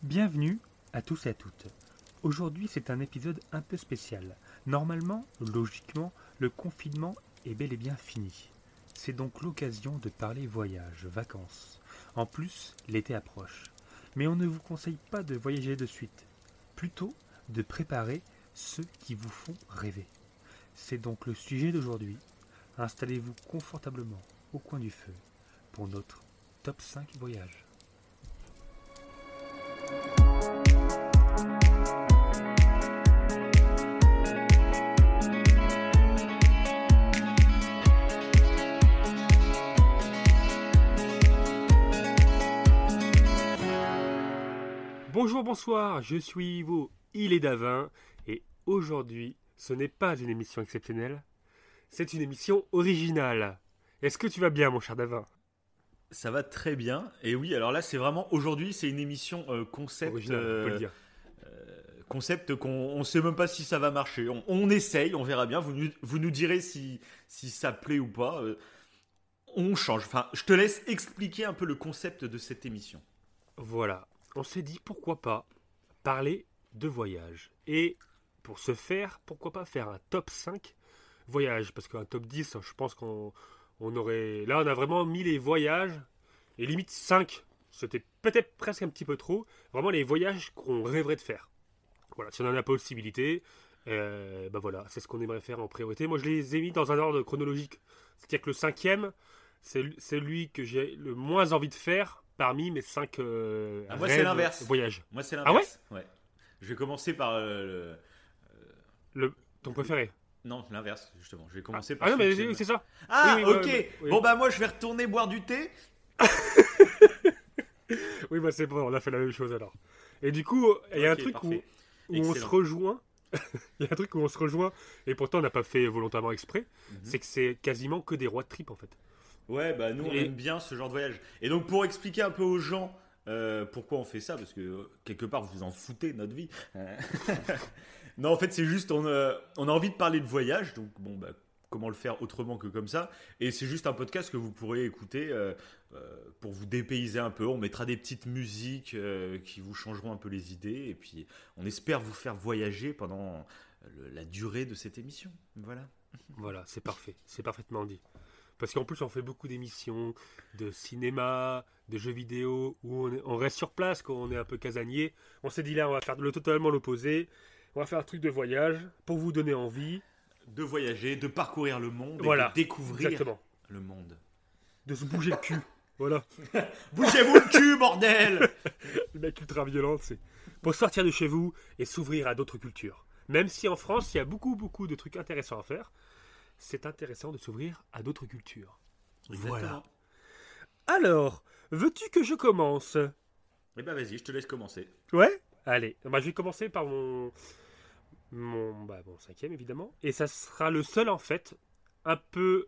Bienvenue à tous et à toutes. Aujourd'hui, c'est un épisode un peu spécial. Normalement, logiquement, le confinement est bel et bien fini. C'est donc l'occasion de parler voyage, vacances. En plus, l'été approche. Mais on ne vous conseille pas de voyager de suite. Plutôt de préparer ceux qui vous font rêver. C'est donc le sujet d'aujourd'hui. Installez-vous confortablement au coin du feu pour notre top 5 voyages. Bonjour, bonsoir, je suis Ivo, il est Davin, et aujourd'hui, ce n'est pas une émission exceptionnelle, c'est une émission originale. Est-ce que tu vas bien, mon cher Davin ? Ça va très bien. Et oui, alors là, c'est vraiment aujourd'hui, c'est une émission concept. Original, on peut le dire. Concept qu'on ne sait même pas si ça va marcher. On essaye, on verra bien. Vous nous direz si ça plaît ou pas. On change. Enfin, je te laisse expliquer un peu le concept de cette émission. Voilà, on s'est dit pourquoi pas parler de voyage. Et pour ce faire, pourquoi pas faire un top 5 voyages. Parce qu'un top 10, je pense qu'on aurait... Là, on a vraiment mis les voyages, et limite 5, c'était peut-être presque un petit peu trop. Vraiment les voyages qu'on rêverait de faire. Voilà, si on en a la possibilité, voilà, c'est ce qu'on aimerait faire en priorité. Moi, je les ai mis dans un ordre chronologique. C'est-à-dire que le 5e, c'est celui que j'ai le moins envie de faire parmi mes 5 moi, c'est l'inverse. Voyages. Moi, c'est l'inverse. Ah ouais. Je vais commencer par ton préféré. Non, l'inverse, justement. Je vais commencer par... Ah non, mais c'est ça. Ah, oui, ok. oui. Bon, bah moi, je vais retourner boire du thé. Oui, bah c'est bon, on a fait la même chose alors. Et du coup, il y a un truc où on se rejoint. Il y a un truc où on se rejoint, et pourtant on n'a pas fait volontairement exprès, c'est que c'est quasiment que des road trips en fait. Ouais, bah nous on aime bien ce genre de voyage. Et donc pour expliquer un peu aux gens pourquoi on fait ça, parce que quelque part vous vous en foutez de notre vie. Non, en fait c'est juste on a envie de parler de voyage, donc bon bah comment le faire autrement que comme ça. Et c'est juste un podcast que vous pourrez écouter pour vous dépayser un peu. On mettra des petites musiques qui vous changeront un peu les idées. Et puis, on espère vous faire voyager pendant la durée de cette émission. Voilà. Voilà, c'est parfait. C'est parfaitement dit. Parce qu'en plus, on fait beaucoup d'émissions, de cinéma, de jeux vidéo, où on reste sur place, quand on est un peu casanier. On s'est dit là, on va faire totalement l'opposé. On va faire un truc de voyage pour vous donner envie. De voyager, de parcourir le monde, voilà, et de découvrir exactement. Le monde. De se bouger le cul. Voilà. Bougez-vous le cul, bordel. Le mec ultra violent, c'est pour sortir de chez vous et s'ouvrir à d'autres cultures. Même si en France, il y a beaucoup de trucs intéressants à faire, c'est intéressant de s'ouvrir à d'autres cultures. Exactement. Voilà. Alors, veux-tu que je commence ? Eh ben vas-y, je te laisse commencer. Ouais ? Allez, je vais commencer par mon 5e évidemment, et ça sera le seul en fait un peu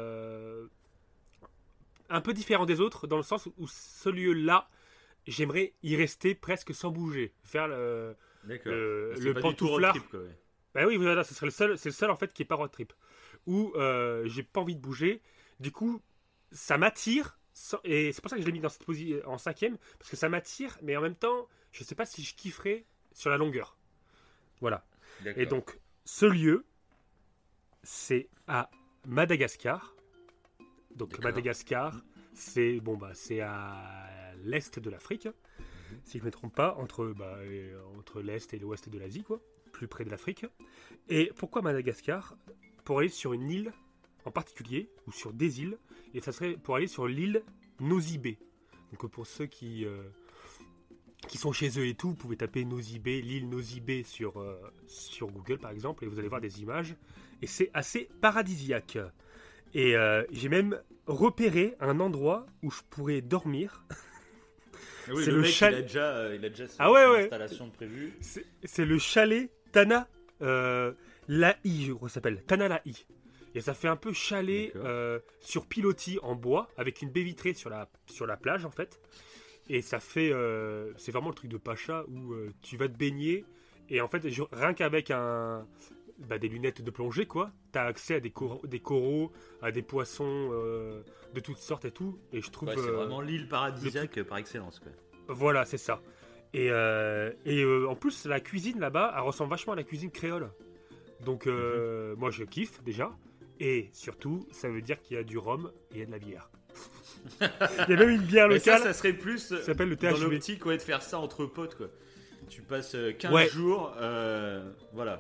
différent des autres, dans le sens où ce lieu-là, j'aimerais y rester presque sans bouger, faire le pantouflard. Trip, quoi, ouais. Bah oui, voilà, c'est le seul en fait qui est pas road trip, où j'ai pas envie de bouger. Du coup, ça m'attire, et c'est pour ça que je l'ai mis dans cette position en 5e, parce que ça m'attire, mais en même temps, je sais pas si je kifferais sur la longueur. Voilà. D'accord. Et donc, ce lieu, c'est à Madagascar. Donc, D'accord. Madagascar, c'est à l'est de l'Afrique, si je ne me trompe pas, entre l'est et l'ouest de l'Asie, quoi, plus près de l'Afrique. Et pourquoi Madagascar ? Pour aller sur une île en particulier, ou sur des îles, et ça serait pour aller sur l'île Nosy Be. Donc, pour ceux qui sont chez eux et tout, vous pouvez taper Nosy Be, l'île Nosy Be sur Google par exemple, et vous allez voir des images, et c'est assez paradisiaque. Et j'ai même repéré un endroit où je pourrais dormir. Oui, c'est le mec, chalet. il a déjà son installation prévue. C'est le chalet Tana Lahi, je crois que ça s'appelle. Tana Lahi. Et ça fait un peu chalet sur pilotis en bois, avec une baie vitrée sur la plage en fait. Et ça fait, c'est vraiment le truc de Pacha où tu vas te baigner et en fait rien qu'avec des lunettes de plongée quoi, t'as accès à des coraux, à des poissons de toutes sortes et tout. Et je trouve c'est vraiment l'île paradisiaque par excellence quoi. Voilà, c'est ça. En plus, la cuisine là-bas, elle ressemble vachement à la cuisine créole. Donc, moi, je kiffe déjà. Et surtout, ça veut dire qu'il y a du rhum et il y a de la bière. Il y a même une bière locale. Ça serait plus ça s'appelle le dans THB. l'optique de faire ça entre potes, quoi. Tu passes 15 jours, voilà,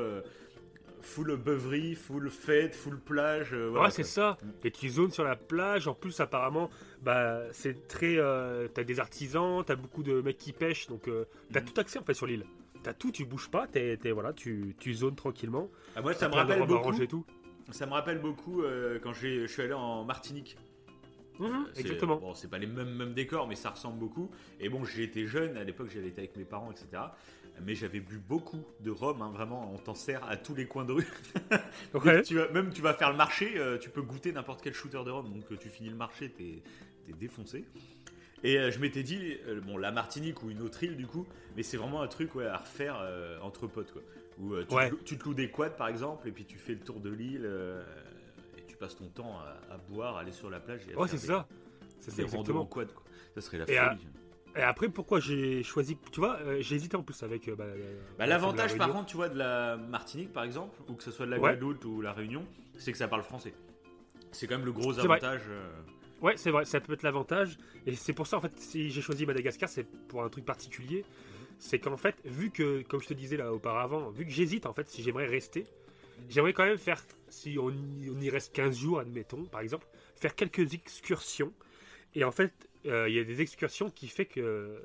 full beuverie, full fête, full plage. Voilà, c'est ça. Et tu zones sur la plage. En plus, apparemment, c'est très. T'as des artisans, t'as beaucoup de mecs qui pêchent. Donc, t'as tout accès en fait sur l'île. T'as tout, tu bouges pas. Voilà, tu zones tranquillement. Moi, ça me rappelle beaucoup. Ça me rappelle beaucoup quand je suis allé en Martinique. Exactement. Bon, c'est pas les mêmes décors, mais ça ressemble beaucoup. Et bon, j'étais jeune, à l'époque j'avais été avec mes parents, etc. Mais j'avais bu beaucoup de rhum, hein, vraiment, on t'en sert à tous les coins de rue. Ouais. Tu vas faire le marché, tu peux goûter n'importe quel shooter de rhum. Donc tu finis le marché, t'es défoncé. Et je m'étais dit, la Martinique ou une autre île du coup, mais c'est vraiment un truc à refaire entre potes, quoi. Où tu te loues des quads par exemple, et puis tu fais le tour de l'île. Tu passes ton temps à boire, à aller sur la plage et à c'est ça. C'est ça, exactement. En quad, quoi. Ça serait la folie. Et après, pourquoi j'ai choisi... Tu vois, j'ai hésité en plus avec... l'avantage, par contre, tu vois, de la Martinique, par exemple, ou que ce soit de la Guadeloupe ou la Réunion, c'est que ça parle français. C'est quand même le gros avantage. Ouais, c'est vrai, ça peut être l'avantage. Et c'est pour ça, en fait, si j'ai choisi Madagascar, c'est pour un truc particulier. C'est qu'en fait, vu que, comme je te disais là auparavant, vu que j'hésite, en fait, si j'aimerais rester... J'aimerais quand même faire, si on y reste 15 jours, admettons, par exemple, faire quelques excursions. Et en fait, il y a des excursions qui fait que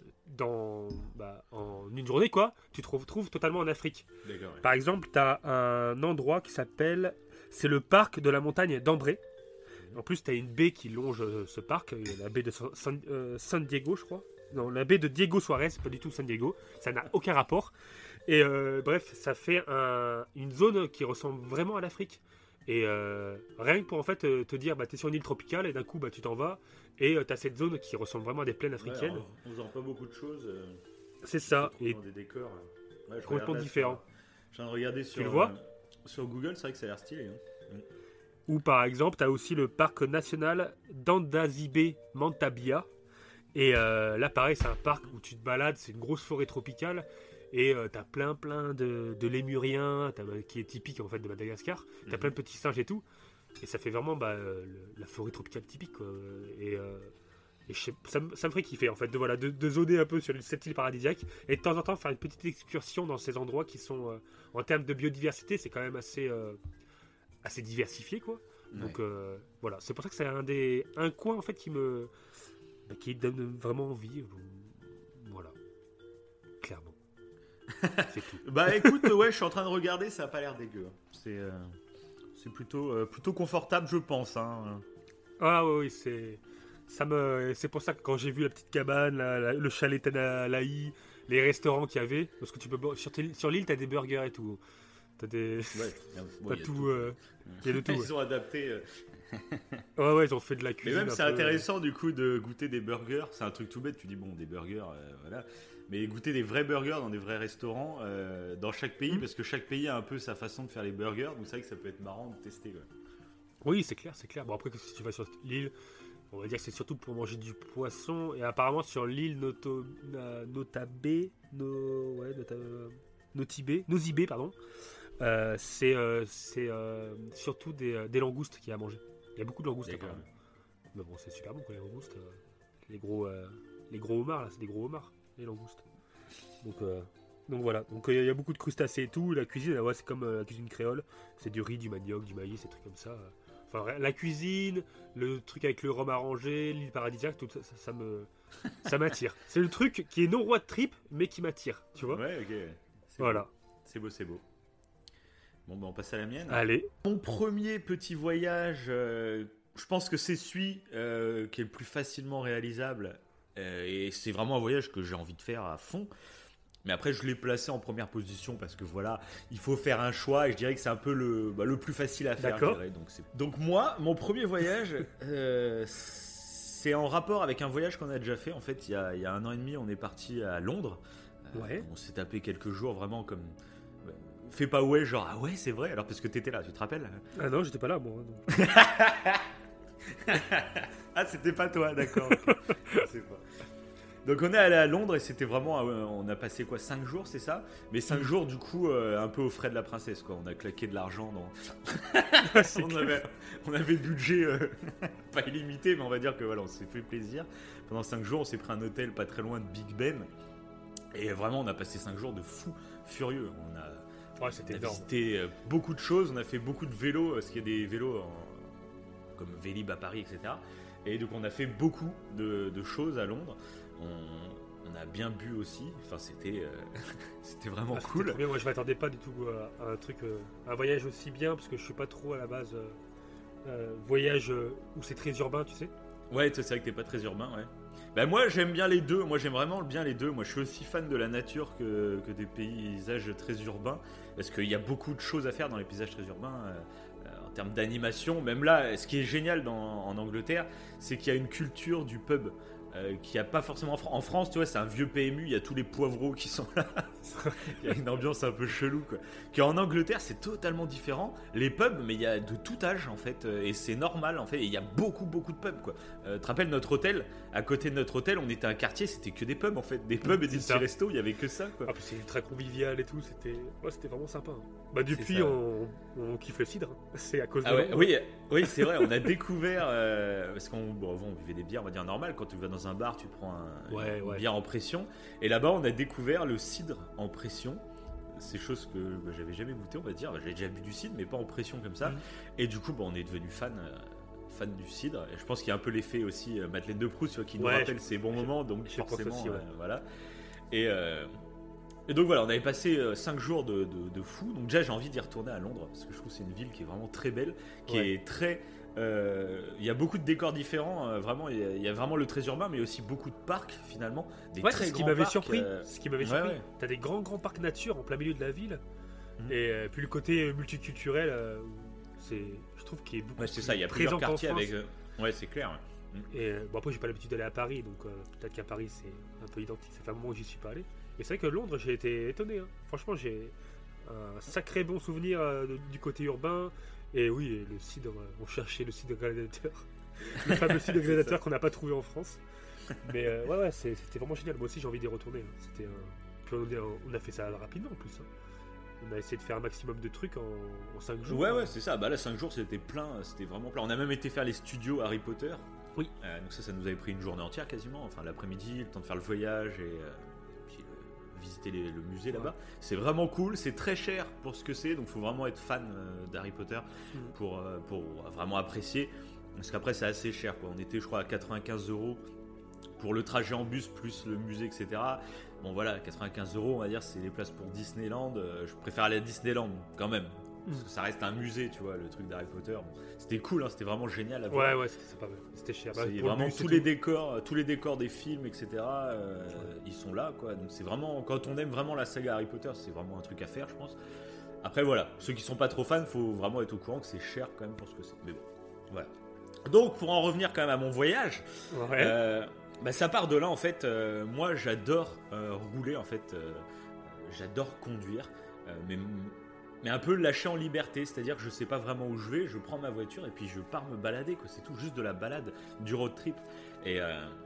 en une journée, quoi, tu te retrouves totalement en Afrique. D'accord, ouais. Par exemple, tu as un endroit qui s'appelle... C'est le parc de la montagne d'André. En plus, tu as une baie qui longe ce parc. Il y a la baie de San Diego, je crois. Non, la baie de Diego Suarez, pas du tout San Diego. Ça n'a aucun rapport. Et bref, ça fait une zone qui ressemble vraiment à l'Afrique. Et rien que pour en fait te dire, t'es sur une île tropicale et d'un coup tu t'en vas et t'as cette zone qui ressemble vraiment à des plaines africaines. Ouais, on faisant pas beaucoup de choses. C'est ça. Et des décors complètement différents. Je viens de regarder tu le vois sur Google, c'est vrai que ça a l'air stylé. Hein. Ou par exemple, t'as aussi le parc national d'Andasibe-Mantabia. Et là, pareil, c'est un parc où tu te balades, c'est une grosse forêt tropicale. Et t'as plein de lémuriens, qui est typique en fait de Madagascar. T'as plein de petits singes et tout. Et ça fait vraiment la forêt tropicale typique, quoi. Et ça me ferait kiffer en fait de zoner un peu sur cette île paradisiaque. Et de temps en temps faire une petite excursion dans ces endroits qui sont, en termes de biodiversité, c'est quand même assez diversifié, quoi. Ouais. Donc voilà, c'est pour ça que c'est un coin en fait qui donne vraiment envie. Voilà, clairement. C'est tout. Écoute, je suis en train de regarder, ça a pas l'air dégueu. C'est plutôt confortable, je pense. Hein. Ah oui, c'est pour ça que quand j'ai vu la petite cabane, le chalet Tanalaï, les restaurants qu'il y avait, parce que tu peux sur l'île, t'as des burgers et tout. T'as des. Ouais, tout. Il y a de tout. Ils ont adapté. Ouais, ils ont fait de la cuisine. Mais même c'est intéressant du coup de goûter des burgers. C'est un truc tout bête. Tu dis des burgers, voilà. Mais goûter des vrais burgers dans des vrais restaurants dans chaque pays, parce que chaque pays a un peu sa façon de faire les burgers. Donc c'est vrai que ça peut être marrant de tester. Quoi. Oui, c'est clair. Bon après, si tu vas sur l'île, on va dire que c'est surtout pour manger du poisson. Et apparemment sur l'île Nosibé, pardon. C'est surtout des langoustes qu'il y a à manger. Il y a beaucoup de langoustes apparemment. Mais bon, c'est super bon quoi, les langoustes. Les gros homards là, c'est des gros homards, les langoustes. Donc voilà. Donc il y a beaucoup de crustacés et tout. La cuisine, c'est comme la cuisine créole. C'est du riz, du manioc, du maïs, des trucs comme ça. Enfin, la cuisine, le truc avec le rhum arrangé, l'île paradisiaque, tout ça ça m'attire. C'est le truc qui est non road trip, mais qui m'attire, tu vois. Ouais, ok. Voilà. C'est beau. Bon, on passe à la mienne. Allez. Mon premier petit voyage, je pense que c'est celui qui est le plus facilement réalisable. Et c'est vraiment un voyage que j'ai envie de faire à fond. Mais après, je l'ai placé en première position parce que voilà, il faut faire un choix. Et je dirais que c'est un peu le plus facile à faire. D'accord. Donc moi, mon premier voyage, c'est en rapport avec un voyage qu'on a déjà fait. En fait, il y a 1 an et demi, on est parti à Londres. Ouais. On s'est tapé quelques jours vraiment comme... Fais pas genre ah ouais c'est vrai alors parce que t'étais là, tu te rappelles? Ah non, j'étais pas là moi. Ah c'était pas toi, d'accord. Okay. C'est pas. Donc on est allé à Londres et c'était vraiment, on a passé quoi, 5 jours, c'est ça? Mais 5 jours du coup un peu aux frais de la princesse quoi. On a claqué de l'argent dans. on avait le budget pas illimité, mais on va dire que voilà, on s'est fait plaisir. Pendant 5 jours, on s'est pris un hôtel pas très loin de Big Ben et vraiment on a passé 5 jours de fou furieux. On a visité beaucoup de choses, on a fait beaucoup de vélos parce qu'il y a des vélos comme Vélib à Paris, etc. Et donc on a fait beaucoup de choses à Londres. On a bien bu aussi. Enfin, c'était vraiment cool. Bien. Moi, je m'attendais pas du tout à un truc, un voyage aussi bien, parce que je suis pas trop à la base voyage où c'est très urbain, tu sais. Ouais, c'est vrai que t'es pas très urbain, ouais. Bah moi, j'aime bien les deux. Moi, j'aime vraiment bien les deux. Moi, je suis aussi fan de la nature que des paysages très urbains, parce qu'il y a beaucoup de choses à faire dans les paysages très urbains. En termes d'animation, même là, ce qui est génial en Angleterre, c'est qu'il y a une culture du pub. Qu'il n'y a pas forcément en France, tu vois, c'est un vieux PMU, il y a tous les poivreaux qui sont là. Il y a une ambiance un peu chelou, quoi. Qu'en Angleterre, c'est totalement différent. Les pubs, mais il y a de tout âge, en fait, et c'est normal, en fait, et il y a beaucoup de pubs, quoi. Tu te rappelles notre hôtel? À côté de notre hôtel, on était un quartier, c'était que des pubs, en fait. Des pubs et des petits restos, il n'y avait que ça, quoi. Ah, puis c'est ultra convivial et tout, c'était vraiment sympa. Bah, depuis, on kiffe le cidre, c'est à cause de oui, c'est vrai, on a découvert, parce qu'on buvait des bières, on va dire normales, quand tu vas dans un bar, tu prends une bière en pression. Et là-bas, on a découvert le cidre en pression. C'est chose que j'avais jamais goûté, on va dire. J'avais déjà bu du cidre, mais pas en pression comme ça. Et du coup, on est devenu fan du cidre. Et je pense qu'il y a un peu l'effet aussi Madeleine de Proust, qui nous rappelle ces bons moments. Donc forcément, aussi, voilà. Et donc voilà, on avait passé 5 jours de fou. Donc déjà, j'ai envie d'y retourner à Londres, parce que je trouve que c'est une ville qui est vraiment très belle, qui est très... il y a beaucoup de décors différents, vraiment, il y a vraiment le très urbain, mais aussi beaucoup de parcs finalement, des très grands parcs. Ce qui m'avait surpris, t'as des grands parcs nature en plein milieu de la ville, et puis le côté multiculturel, je trouve qu'il est beaucoup c'est ça, il y a plusieurs quartiers avec... c'est clair. Et après, j'ai pas l'habitude d'aller à Paris, donc peut-être qu'à Paris c'est un peu identique, ça fait un moment où j'y suis pas allé. Et c'est vrai que Londres, j'ai été étonné, hein. Franchement, j'ai un sacré bon souvenir du côté urbain. Et oui, le cidre, on cherchait le cidre gladiateur. Le fameux cidre gladiateur qu'on n'a pas trouvé en France. Mais c'était vraiment génial. Moi aussi, j'ai envie d'y retourner. Puis on a fait ça rapidement en plus. On a essayé de faire un maximum de trucs en 5 jours. Ouais, c'est ça. Bah là, 5 jours, c'était plein. C'était vraiment plein. On a même été faire les studios Harry Potter. Oui. Donc ça nous avait pris une journée entière quasiment. Enfin, l'après-midi, le temps de faire le voyage et puis visiter le musée là-bas. C'est vraiment cool, c'est très cher pour ce que c'est, donc il faut vraiment être fan d'Harry Potter pour vraiment apprécier, parce qu'après c'est assez cher, quoi. On était je crois à 95€ pour le trajet en bus plus le musée, etc. Bon voilà, 95€, on va dire, c'est les places pour Disneyland. Je préfère aller à Disneyland quand même, parce que ça reste un musée, tu vois, le truc d'Harry Potter. Bon, c'était cool, hein, c'était vraiment génial à voir. Ouais, c'était pas mal, c'était cher. C'est vraiment tous les décors des films, etc. Ils sont là, quoi. Donc c'est vraiment, quand on aime vraiment la saga Harry Potter, c'est vraiment un truc à faire, je pense. Après voilà, ceux qui sont pas trop fans, faut vraiment être au courant que c'est cher quand même pour ce que c'est. Mais bon, voilà. Donc pour en revenir quand même à mon voyage, ça part de là en fait. Moi j'adore rouler en fait, j'adore conduire, mais un peu lâché en liberté, c'est-à-dire que je sais pas vraiment où je vais, je prends ma voiture et puis je pars me balader, quoi. C'est tout, juste de la balade, du road trip. Et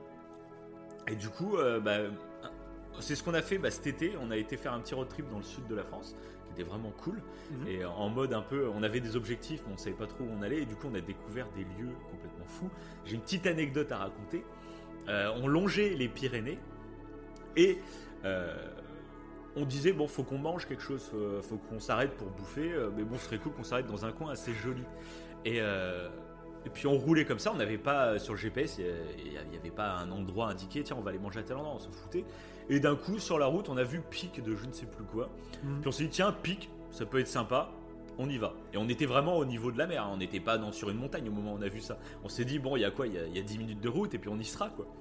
du coup, c'est ce qu'on a fait cet été. On a été faire un petit road trip dans le sud de la France, qui était vraiment cool. Et en mode un peu, on avait des objectifs, mais on savait pas trop où on allait. Et du coup, on a découvert des lieux complètement fous. J'ai une petite anecdote à raconter. On longeait les Pyrénées et on disait faut qu'on mange quelque chose, faut qu'on s'arrête pour bouffer, mais bon, ce serait cool qu'on s'arrête dans un coin assez joli. Et puis on roulait comme ça, on n'avait pas sur le GPS, il n'y avait pas un endroit indiqué, tiens on va aller manger à tel endroit, on s'en foutait. Et d'un coup sur la route on a vu pic de je ne sais plus quoi, puis on s'est dit tiens pic, ça peut être sympa, on y va. Et on était vraiment au niveau de la mer, on n'était pas sur une montagne au moment où on a vu ça. On s'est dit bon il y a quoi, il y a 10 minutes de route et puis on y sera, quoi.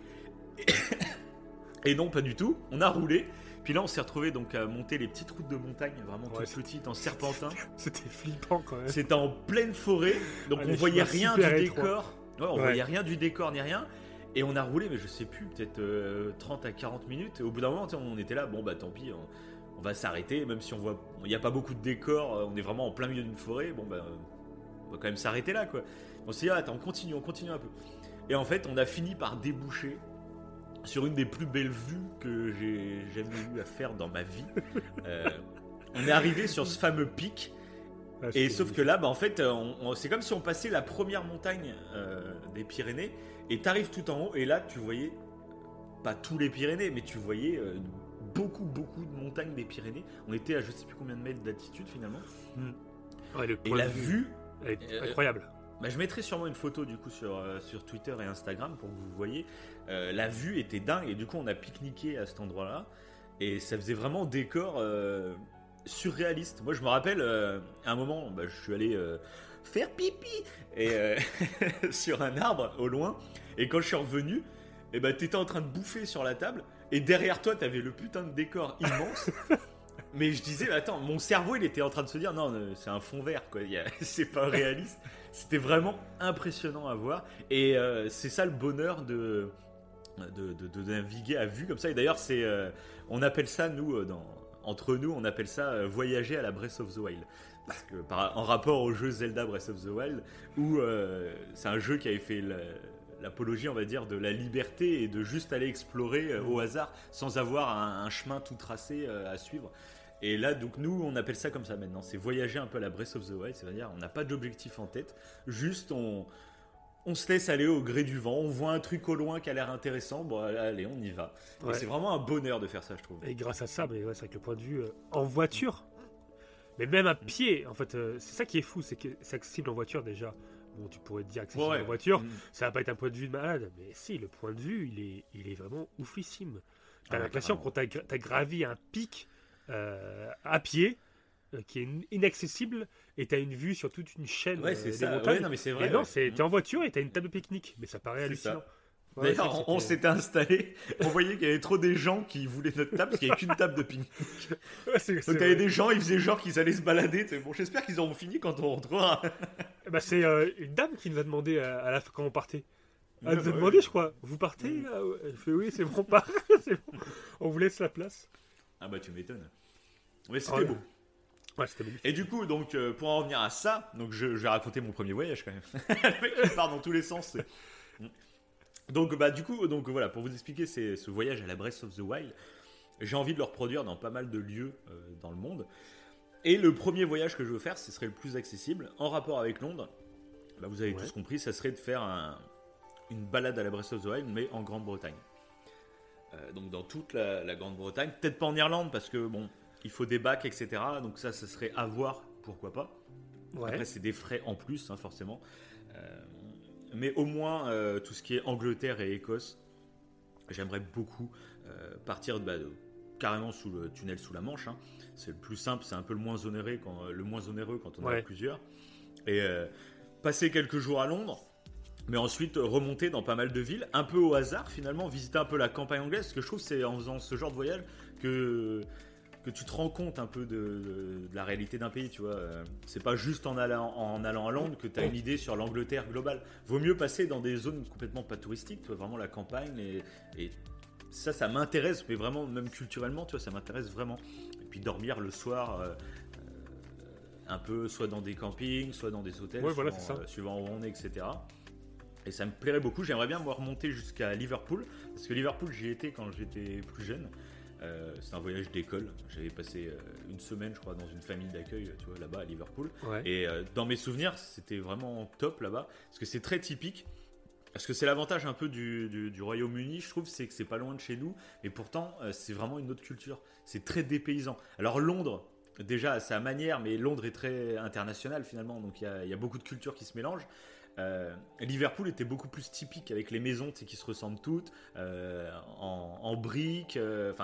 Et non pas du tout, on a roulé. Puis là, on s'est retrouvé donc à monter les petites routes de montagne, vraiment toutes petites, en serpentin. C'était flippant quand même. C'était en pleine forêt, donc on voyait rien du décor. On voyait rien du décor ni rien. Et on a roulé, mais je sais plus, peut-être 30 à 40 minutes. Et au bout d'un moment, on était là, tant pis, on va s'arrêter, même si on voit, il n'y a pas beaucoup de décor, on est vraiment en plein milieu d'une forêt. On va quand même s'arrêter là, quoi. On s'est dit, attends, on continue un peu. Et en fait, on a fini par déboucher sur une des plus belles vues que j'ai jamais eu à faire dans ma vie. On est arrivé sur ce fameux pic. Et sauf que là, en fait, c'est comme si on passait la première montagne des Pyrénées. Et t'arrives tout en haut. Et là, tu voyais, pas tous les Pyrénées, mais tu voyais beaucoup de montagnes des Pyrénées. On était à je sais plus combien de mètres d'altitude finalement. Ouais, et la vue est incroyable. Je mettrai sûrement une photo du coup sur Twitter et Instagram pour que vous voyez. La vue était dingue et du coup on a pique-niqué à cet endroit-là et ça faisait vraiment décor surréaliste. Moi je me rappelle à un moment, je suis allé faire pipi et sur un arbre au loin et quand je suis revenu, t'étais en train de bouffer sur la table et derrière toi t'avais le putain de décor immense. Mais je disais, attends, mon cerveau il était en train de se dire non, c'est un fond vert quoi, c'est pas réaliste. C'était vraiment impressionnant à voir et c'est ça le bonheur de naviguer à vue comme ça. Et d'ailleurs, on appelle ça, entre nous, on appelle ça voyager à la Breath of the Wild. Parce que, en rapport au jeu Zelda Breath of the Wild, où c'est un jeu qui avait fait l'apologie, on va dire, de la liberté et de juste aller explorer au hasard sans avoir un chemin tout tracé à suivre. Et là, donc nous, on appelle ça comme ça maintenant. C'est voyager un peu à la Breath of the Wild. C'est-à-dire, on n'a pas d'objectif en tête. Juste, on se laisse aller au gré du vent. On voit un truc au loin qui a l'air intéressant. Bon, allez, on y va. Ouais. Et c'est vraiment un bonheur de faire ça, je trouve. Et grâce à ça, c'est vrai que le point de vue en voiture, mais même à pied, en fait, c'est ça qui est fou. C'est que c'est accessible en voiture déjà. Bon, tu pourrais te dire accessible en voiture. Ça va pas être un point de vue de malade. Mais si, le point de vue, il est vraiment oufissime. T'as l'impression quand t'as gravi un pic à pied qui est inaccessible et t'as une vue sur toute une chaîne des montagnes. Ouais, non, mais c'est vrai. Et non, t'es en voiture et t'as une table de pique-nique, mais ça paraît hallucinant. Ouais, d'ailleurs, on s'était installé, on voyait qu'il y avait trop des gens qui voulaient notre table parce qu'il n'y avait qu'une table de pique-nique. Donc t'avais des gens, ils faisaient genre qu'ils allaient se balader. Bon, j'espère qu'ils auront fini quand on rentrera. C'est une dame qui nous a demandé quand on partait. Elle nous a demandé, je crois, vous partez Elle fait oui, c'est bon, on part. C'est bon. On vous laisse la place. Ah bah tu m'étonnes. Mais c'était beau. Ouais, c'était magnifique. Et du coup, donc, pour en revenir à ça, donc je vais raconter mon premier voyage quand même. Le mec qui part dans tous les sens. Donc, du coup, voilà, pour vous expliquer ce voyage à la Breath of the Wild, j'ai envie de le reproduire dans pas mal de lieux dans le monde. Et le premier voyage que je veux faire, ce serait le plus accessible, en rapport avec Londres. Vous avez tous compris, ça serait de faire une balade à la Breath of the Wild, mais en Grande-Bretagne. Donc dans toute la Grande-Bretagne, peut-être pas en Irlande, parce que bon, il faut des bacs, etc. Donc ça serait à voir, pourquoi pas. Après, c'est des frais en plus, forcément. Mais au moins, tout ce qui est Angleterre et Écosse, j'aimerais beaucoup partir carrément sous le tunnel sous la Manche. C'est le plus simple, c'est un peu le moins onéreux quand on en a plusieurs. Et passer quelques jours à Londres, mais ensuite remonter dans pas mal de villes, un peu au hasard finalement, visiter un peu la campagne anglaise. Ce que je trouve, c'est en faisant ce genre de voyage que tu te rends compte un peu de la réalité d'un pays, tu vois. C'est pas juste en allant à Londres que tu as une idée sur l'Angleterre globale. Vaut mieux passer dans des zones complètement pas touristiques, tu vois, vraiment la campagne. Et ça m'intéresse, mais vraiment, même culturellement, tu vois, ça m'intéresse vraiment. Et puis dormir le soir, un peu, soit dans des campings, soit dans des hôtels, suivant où on est, etc. Et ça me plairait beaucoup. J'aimerais bien me remonter jusqu'à Liverpool, parce que Liverpool, j'y étais quand j'étais plus jeune. C'est un voyage d'école. J'avais passé une semaine, je crois, dans une famille d'accueil, tu vois, là-bas à Liverpool. Et dans mes souvenirs, c'était vraiment top là-bas, parce que c'est très typique. Parce que c'est l'avantage un peu du Royaume-Uni, je trouve, c'est que c'est pas loin de chez nous, et pourtant c'est vraiment une autre culture. C'est très dépaysant. Alors Londres, déjà, à sa manière, mais Londres est très international finalement, donc il y a beaucoup de cultures qui se mélangent. Liverpool était beaucoup plus typique avec les maisons qui se ressemblent toutes en briques. Enfin,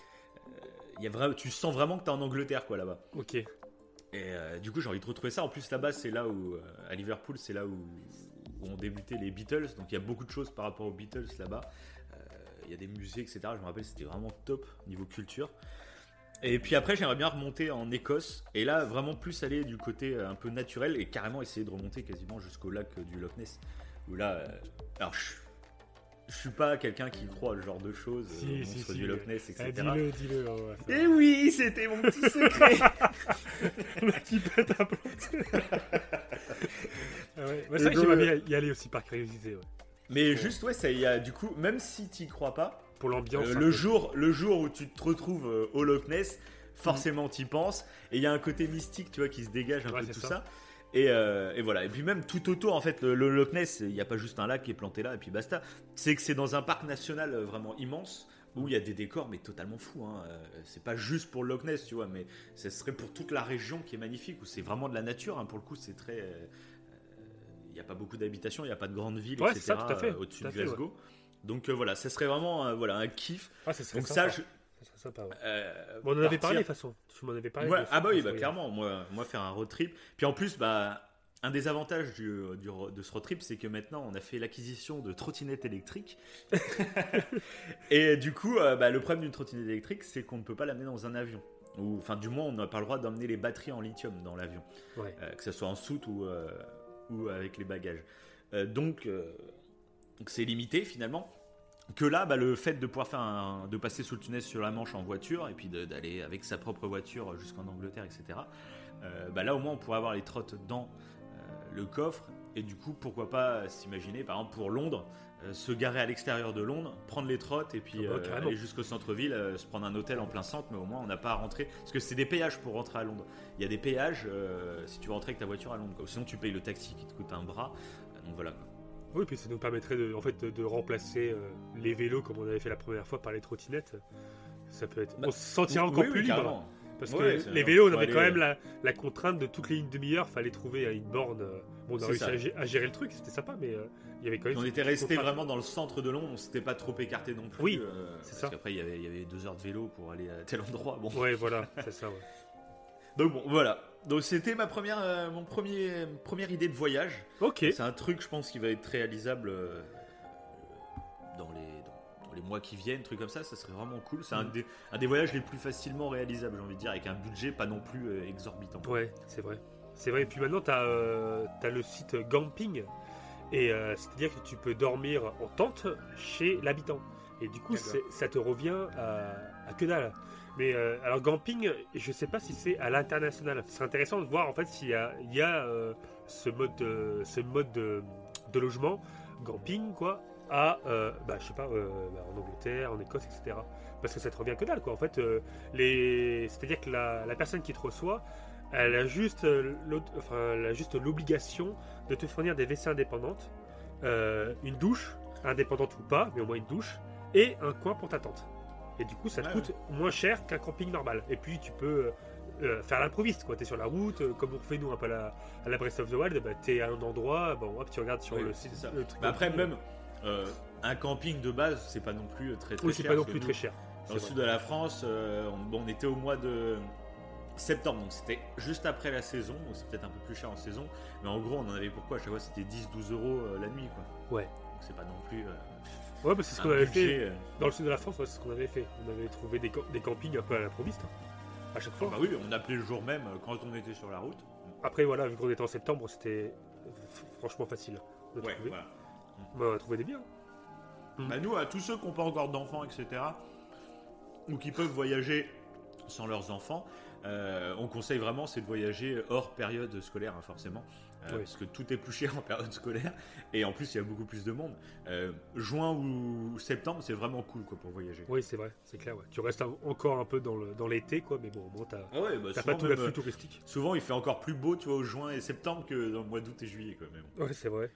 tu sens vraiment que t'es en Angleterre quoi là-bas. Ok. Et du coup, j'ai envie de retrouver ça. En plus, là-bas, c'est là où à Liverpool, c'est là où ont débuté les Beatles. Donc, il y a beaucoup de choses par rapport aux Beatles là-bas. Il y a des musées, etc. Je me rappelle, c'était vraiment top niveau culture. Et puis après, j'aimerais bien remonter en Écosse. Et là, vraiment plus aller du côté un peu naturel et carrément essayer de remonter quasiment jusqu'au lac du Loch Ness. Où là, alors je suis pas quelqu'un qui croit à ce genre de choses, monstre du Loch Ness, etc. Dis-le. Et oui, c'était mon petit secret. Le qui pète un plomb. C'est vrai que j'aimerais bien y aller aussi par curiosité. Mais juste, ouais, ça y a du coup, même si tu y crois pas, pour l'ambiance. le jour où tu te retrouves au Loch Ness, forcément t'y penses. Et il y a un côté mystique, tu vois, qui se dégage un peu de tout ça. Et voilà. Et puis même tout autour, en fait, le Loch Ness, il n'y a pas juste un lac qui est planté là et puis basta. C'est que c'est dans un parc national vraiment immense où il y a des décors mais totalement fous. Hein. C'est pas juste pour le Loch Ness, tu vois, mais ce serait pour toute la région qui est magnifique, où c'est vraiment de la nature. Hein. Pour le coup, c'est très... il n'y a pas beaucoup d'habitations, il n'y a pas de grandes villes, etc. Ça, tout à fait, au-dessus de Glasgow. Donc voilà, ça serait vraiment un kiff. Ça serait donc sympa. Ça serait sympa, ouais. On en avait parlé de toute façon. Tu m'en avais parlé. Ouais, oui, clairement. Moi, faire un road trip. Puis en plus, un des avantages de ce road trip, c'est que maintenant, on a fait l'acquisition de trottinettes électriques. Et du coup, le problème d'une trottinette électrique, c'est qu'on ne peut pas l'amener dans un avion. Enfin, du moins, on n'a pas le droit d'emmener les batteries en lithium dans l'avion. Ouais. Que ce soit en soute ou avec les bagages. Donc, c'est limité finalement. Que là, le fait de pouvoir de passer sous le tunnel sur la Manche en voiture et puis d'aller avec sa propre voiture jusqu'en Angleterre, etc. Là, au moins, on pourrait avoir les trottes dans le coffre. Et du coup, pourquoi pas s'imaginer, par exemple, pour Londres, se garer à l'extérieur de Londres, prendre les trottes et puis aller jusqu'au centre-ville, se prendre un hôtel en plein centre, mais au moins, on n'a pas à rentrer. Parce que c'est des péages pour rentrer à Londres. Il y a des péages si tu veux rentrer avec ta voiture à Londres. Quoi. Sinon, tu payes le taxi qui te coûte un bras. Donc voilà. Oui, puis ça nous permettrait de remplacer les vélos comme on avait fait la première fois par les trottinettes. Ça peut être. On se sentira encore plus libre. Carrément. Parce que les vélos, on avait quand même la contrainte de toutes les une demi-heure, fallait trouver une borne. Bon, on a réussi à gérer le truc, c'était sympa, mais il y avait quand même. On était resté vraiment dans le centre de Londres, on s'était pas trop écarté non plus. Oui, c'est ça. Parce qu'après, il y avait 2 heures de vélo pour aller à tel endroit. Bon. Ouais, voilà, c'est ça. Ouais. Donc bon, voilà. Donc c'était ma première idée de voyage. Ok. C'est un truc, je pense, qui va être réalisable dans les mois qui viennent, truc comme ça serait vraiment cool. C'est un des voyages les plus facilement réalisables, j'ai envie de dire, avec un budget pas non plus exorbitant. Ouais, c'est vrai. C'est vrai. Et puis maintenant, t'as le site Camping, et c'est-à-dire que tu peux dormir en tente chez l'habitant. Et du coup, ça te revient à que dalle. Mais alors Camping, je sais pas si c'est à l'international. C'est intéressant de voir en fait s'il y a ce mode de logement Camping quoi à je sais pas en Angleterre, en Écosse, etc. Parce que ça te revient que dalle quoi. En fait, c'est-à-dire que la personne qui te reçoit, elle a juste l'obligation de te fournir des WC indépendantes, une douche indépendante ou pas, mais au moins une douche et un coin pour ta tente. Et du coup, ça te coûte moins cher qu'un camping normal. Et puis, tu peux faire l'improviste, quoi. T'es sur la route, comme on fait nous un peu à la Breath of the Wild, t'es à un endroit, hop, tu regardes sur le site. Le truc après, même un camping de base, c'est pas non plus très cher. Oui, c'est pas non plus très cher. Dans le sud de la France, on était au mois de septembre, donc c'était juste après la saison, donc c'est peut-être un peu plus cher en saison. Mais en gros, on en avait pourquoi à chaque fois, c'était 10-12 euros la nuit, quoi. Ouais. Donc c'est pas non plus. Ouais, c'est ce qu'on avait fait dans le sud de la France. Ouais, c'est ce qu'on avait fait. On avait trouvé des campings un peu à l'improviste à chaque fois. Oui, on appelait le jour même quand on était sur la route. Après, voilà, vu qu'on était en septembre, c'était franchement facile. On a trouvé des biens. Nous, à tous ceux qui n'ont pas encore d'enfants, etc., ou qui peuvent voyager sans leurs enfants, on conseille vraiment, c'est de voyager hors période scolaire, hein, forcément. Parce que tout est plus cher en période scolaire et en plus il y a beaucoup plus de monde. Juin ou septembre, c'est vraiment cool quoi, pour voyager. Oui, c'est vrai, c'est clair. Ouais. Tu restes encore un peu dans l'été, quoi, mais bon, au moins t'as pas tout l'afflux touristique. Souvent, il fait encore plus beau, tu vois, au juin et septembre que dans le mois d'août et juillet, quoi. Même. Ouais, c'est vrai.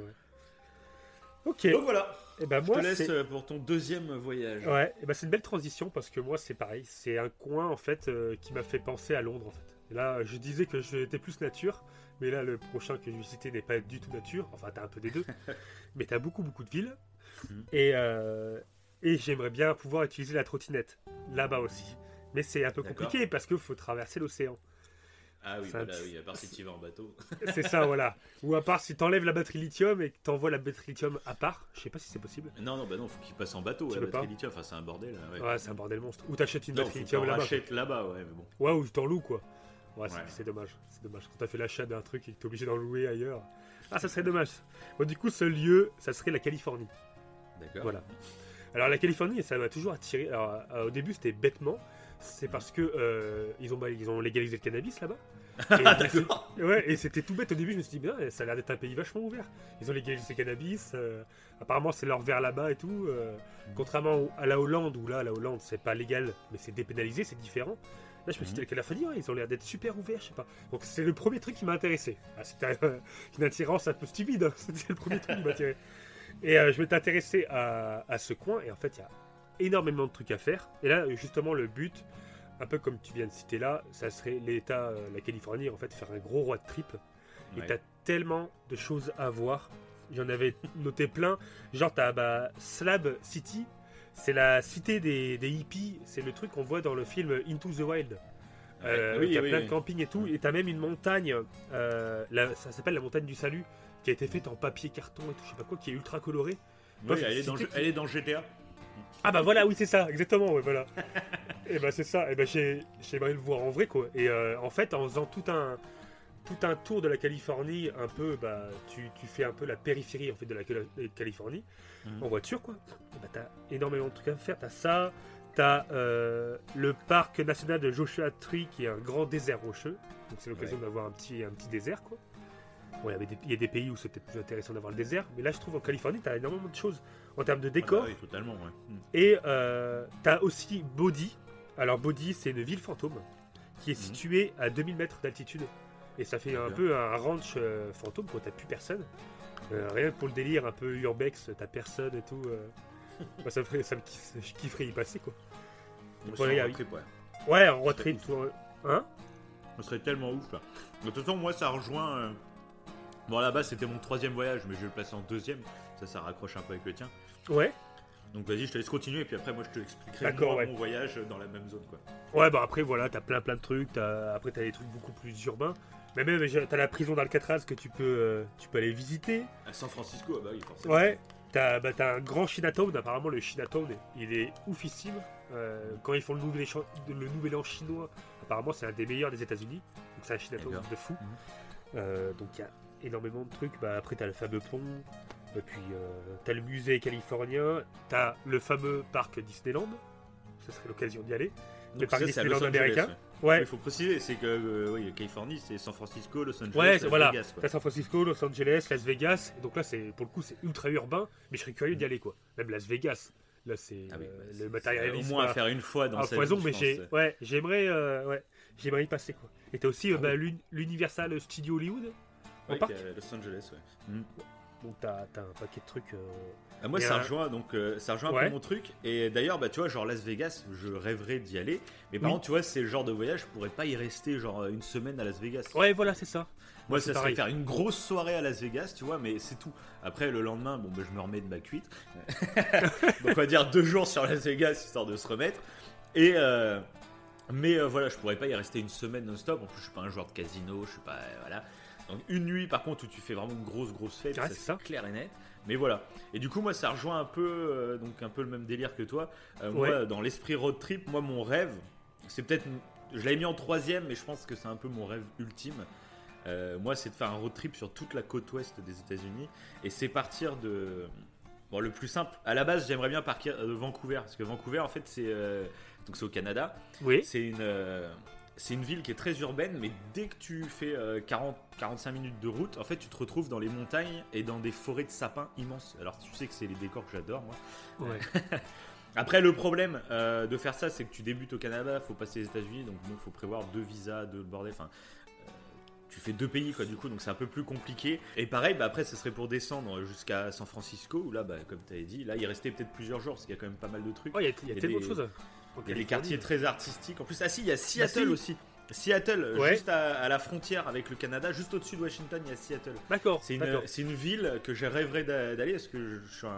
Ok. Donc voilà. Et moi, je te laisse pour ton deuxième voyage. Ouais. Et c'est une belle transition parce que moi, c'est pareil. C'est un coin en fait qui m'a fait penser à Londres en fait. Et là, je disais que j'étais plus nature. Mais là, le prochain que je vais citer n'est pas du tout nature. Enfin, t'as un peu des deux. Mais t'as beaucoup de villes. Et j'aimerais bien pouvoir utiliser la trottinette là-bas aussi. Mais c'est un peu compliqué parce qu'il faut traverser l'océan. Ah oui, oui, à part si tu vas en bateau. C'est ça, voilà. Ou à part si t'enlèves la batterie lithium et que t'envoies la batterie lithium à part. Je sais pas si c'est possible. Non, faut qu'il passe en bateau. La batterie lithium, enfin, c'est un bordel. Ouais, c'est un bordel monstre. Ou t'achètes une batterie lithium là-bas. T'achètes là-bas, ouais, mais bon. Ouais, ou t'en loues, quoi. Ouais, c'est dommage. C'est dommage. Quand t'as fait l'achat d'un truc et que t'es obligé d'en louer ailleurs. Ah, ça serait dommage. Bon, du coup, ce lieu, ça serait la Californie. D'accord. Voilà. Alors, la Californie, ça m'a toujours attiré. Alors, au début, c'était bêtement. C'est parce que ils ont légalisé le cannabis là-bas. D'accord. Ouais, et c'était tout bête au début, je me suis dit, bien, ça a l'air d'être un pays vachement ouvert. Ils ont légalisé le cannabis, apparemment c'est leur verre là-bas et tout. Contrairement à la Hollande, où là, la Hollande c'est pas légal, mais c'est dépénalisé, c'est différent. Là, je me suis dit, avec la Californie, ouais, ils ont l'air d'être super ouverts, je sais pas. Donc c'est le premier truc qui m'a intéressé. C'était une attirance un peu stupide, hein. C'était le premier truc qui m'a attiré. Et je m'étais intéressé à ce coin, et en fait, il y a énormément de trucs à faire. Et là, justement, le but, un peu comme tu viens de citer là, ça serait l'État, la Californie, en fait, faire un gros road trip. Et t'as tellement de choses à voir. J'en avais noté plein. Genre, t'as Slab City, c'est la cité des hippies. C'est le truc qu'on voit dans le film Into the Wild. T'as plein de camping et tout. Et t'as même une montagne, ça s'appelle la montagne du salut, qui a été faite en papier, carton et tout, je sais pas quoi, qui est ultra colorée. Oui, elle est dans GTA. Ah bah voilà, oui c'est ça, exactement, ouais, voilà. Et bah c'est ça, et bah j'aimerais le voir en vrai quoi. Et en fait, en faisant tout un tour de la Californie, un peu, bah tu fais un peu la périphérie en fait de la Californie, en voiture quoi. Et bah t'as énormément de trucs à faire, t'as ça, t'as le parc national de Joshua Tree qui est un grand désert rocheux, donc c'est l'occasion d'avoir un petit désert quoi. Bon, il y a des pays où c'est peut-être plus intéressant d'avoir le désert, mais là je trouve en Californie t'as énormément de choses en termes de décor. Ah bah oui, totalement, ouais. Et t'as aussi Bodie. Alors Bodie, c'est une ville fantôme qui est située à 2000 mètres d'altitude. Et ça fait un peu un ranch fantôme quand t'as plus personne. Rien que pour le délire un peu urbex, t'as personne et tout. Moi, je kifferais y passer quoi. Ouais, en road trip. Hein? Ça serait tellement ouf là. De toute façon, moi ça rejoint. Bon, là-bas c'était mon 3e voyage, mais je vais le placer en 2e. Ça raccroche un peu avec le tien. Ouais. Donc vas-y, je te laisse continuer et puis après moi je te expliquerai mon voyage dans la même zone quoi. Ouais, bah après voilà, t'as plein de trucs. Après t'as des trucs beaucoup plus urbains. Mais même t'as la prison d'Alcatraz que tu peux aller visiter. À San Francisco, bah oui forcément. Ouais. T'as un grand Chinatown. Apparemment le Chinatown il est oufissime. Quand ils font le nouvel an chinois, apparemment c'est un des meilleurs des États-Unis. Donc c'est un Chinatown de fou. Donc il y a énormément de trucs. Bah après t'as le fameux pont. Et puis t'as le musée californien, t'as le fameux parc Disneyland, ça serait l'occasion d'y aller. Le parc Disneyland américain. Ouais. Il faut préciser, c'est que Californie, c'est San Francisco, Los Angeles, Las Vegas. Quoi. T'as San Francisco, Los Angeles, Las Vegas. Et donc là, pour le coup, c'est ultra urbain, mais je serais curieux d'y aller quoi. Même Las Vegas. Là, c'est le matérialisme. Au moins à faire une fois dans sa foison, vie. Mais j'aimerais y passer quoi. Et t'as aussi l'Universal Studio Hollywood. Oui, Los Angeles, ouais. Donc t'as un paquet de trucs. Moi ça rejoint un peu mon truc. Et d'ailleurs tu vois genre Las Vegas, je rêverais d'y aller. Mais par contre tu vois c'est le genre de voyage, je pourrais pas y rester genre une semaine à Las Vegas. Ouais voilà c'est ça. Moi ça serait faire une grosse soirée à Las Vegas tu vois, mais c'est tout. Après le lendemain je me remets de ma cuite. Donc on va dire 2 jours sur Las Vegas histoire de se remettre. Et mais voilà je pourrais pas y rester une semaine non-stop. En plus je suis pas un joueur de casino, je suis pas voilà. Donc une nuit par contre où tu fais vraiment une grosse fête, c'est ça. Clair et net. Mais voilà. Et du coup moi ça rejoint un peu un peu le même délire que toi. Moi dans l'esprit road trip, moi mon rêve, c'est peut-être, je l'avais mis en 3e, mais je pense que c'est un peu mon rêve ultime. Moi c'est de faire un road trip sur toute la côte ouest des États-Unis et c'est partir de le plus simple. À la base j'aimerais bien partir de Vancouver parce que Vancouver en fait c'est au Canada. Oui. C'est une ville qui est très urbaine, mais dès que tu fais 40-45 minutes de route, en fait, tu te retrouves dans les montagnes et dans des forêts de sapins immenses. Alors, tu sais que c'est les décors que j'adore, moi. Ouais. Après, le problème de faire ça, c'est que tu débutes au Canada, faut passer les États-Unis, donc il faut prévoir 2 visas, 2 bordel. Enfin, tu fais 2 pays, quoi, du coup, donc c'est un peu plus compliqué. Et pareil, après, ce serait pour descendre jusqu'à San Francisco, où là, comme tu avais dit, là, il restait peut-être plusieurs jours, parce qu'il y a quand même pas mal de trucs. Il y a tellement de choses. Il y a des quartiers très artistiques. En plus, il y a Seattle aussi. Seattle, juste à la frontière avec le Canada, juste au-dessus de Washington, il y a Seattle. D'accord. C'est une ville que j'ai rêvé d'aller parce que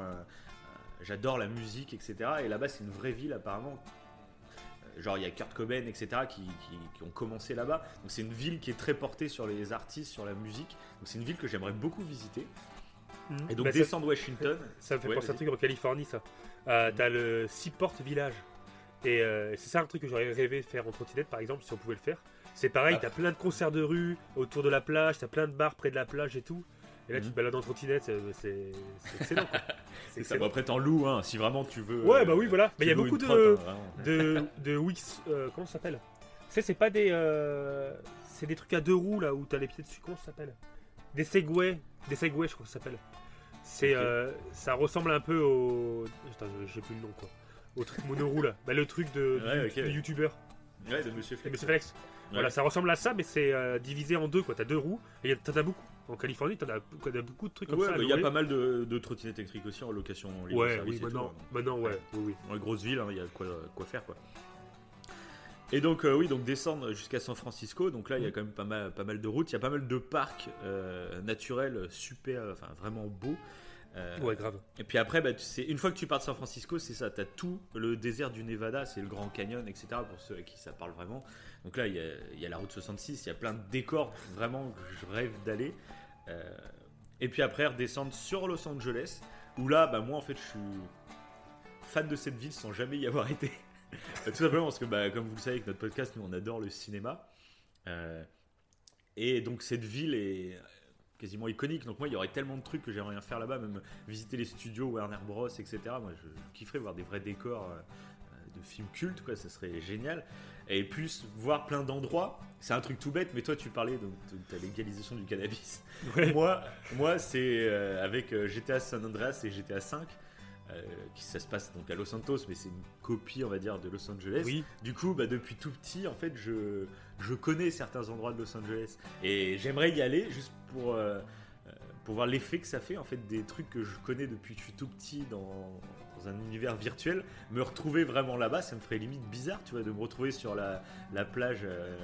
j'adore la musique, etc. Et là-bas, c'est une vraie ville apparemment. Genre, il y a Kurt Cobain, etc. qui ont commencé là-bas. Donc, c'est une ville qui est très portée sur les artistes, sur la musique. Donc, c'est une ville que j'aimerais beaucoup visiter. Et donc, descendre Washington. Ça me fait penser à un truc en Californie, ça. T'as le Seaport Village. Et c'est ça un truc que j'aurais rêvé de faire en trottinette par exemple si on pouvait le faire. C'est pareil, t'as plein de concerts de rue autour de la plage, t'as plein de bars près de la plage et tout. Et là tu te balades en trottinette, c'est excellent quoi. C'est ça, après t'en loues si vraiment tu veux. Ouais bah oui voilà. Mais il y a beaucoup de de Wix, comment ça s'appelle ? c'est pas des. C'est des trucs à 2 roues là où t'as les pieds dessus. Comment ça s'appelle? Des Segway. Des Segway, je crois que ça s'appelle. C'est, ça ressemble un peu au. Putain, j'ai plus le nom quoi. Au truc monoroue là. Bah, le truc de youtubeur. Ouais, de Monsieur Flex. Monsieur Flex. Ouais. Voilà, ça ressemble à ça, mais c'est divisé en 2 quoi. T'as 2 roues et t'en as beaucoup. En Californie, t'en as beaucoup de trucs comme ça. Il y a pas mal de trottinettes électriques aussi en location libre. Ouais, oui, maintenant, ouais. Oui. Dans les grosses villes, il y a quoi faire quoi. Et donc, donc descendre jusqu'à San Francisco. Donc là, il y a quand même pas mal de routes. Il y a pas mal de parcs naturels super, enfin vraiment beaux. Ouais, grave. Et puis après, une fois que tu pars de San Francisco, c'est ça. T'as tout le désert du Nevada, c'est le Grand Canyon, etc. Pour ceux à qui ça parle vraiment. Donc là, il y a la route 66. Il y a plein de décors vraiment que je rêve d'aller. Et puis après, redescendre sur Los Angeles. Où là, moi en fait, je suis fan de cette ville sans jamais y avoir été. Tout simplement parce que, comme vous le savez, avec notre podcast, nous on adore le cinéma. Et donc cette ville est quasiment iconique. Donc moi, il y aurait tellement de trucs que j'aimerais bien faire là-bas, même visiter les studios Warner Bros, etc. Moi, je kifferais voir des vrais décors de films cultes, quoi. Ça serait génial. Et plus voir plein d'endroits. C'est un truc tout bête, mais toi, tu parlais de ta légalisation du cannabis. Ouais. Moi, c'est avec GTA San Andreas et GTA 5. Ça se passe donc à Los Santos, mais c'est une copie, on va dire, de Los Angeles. Oui. Du coup, depuis tout petit, en fait, je connais certains endroits de Los Angeles et j'aimerais y aller juste pour voir l'effet que ça fait, en fait, des trucs que je connais depuis que je suis tout petit dans un univers virtuel. Me retrouver vraiment là-bas, ça me ferait limite bizarre, tu vois, de me retrouver sur la plage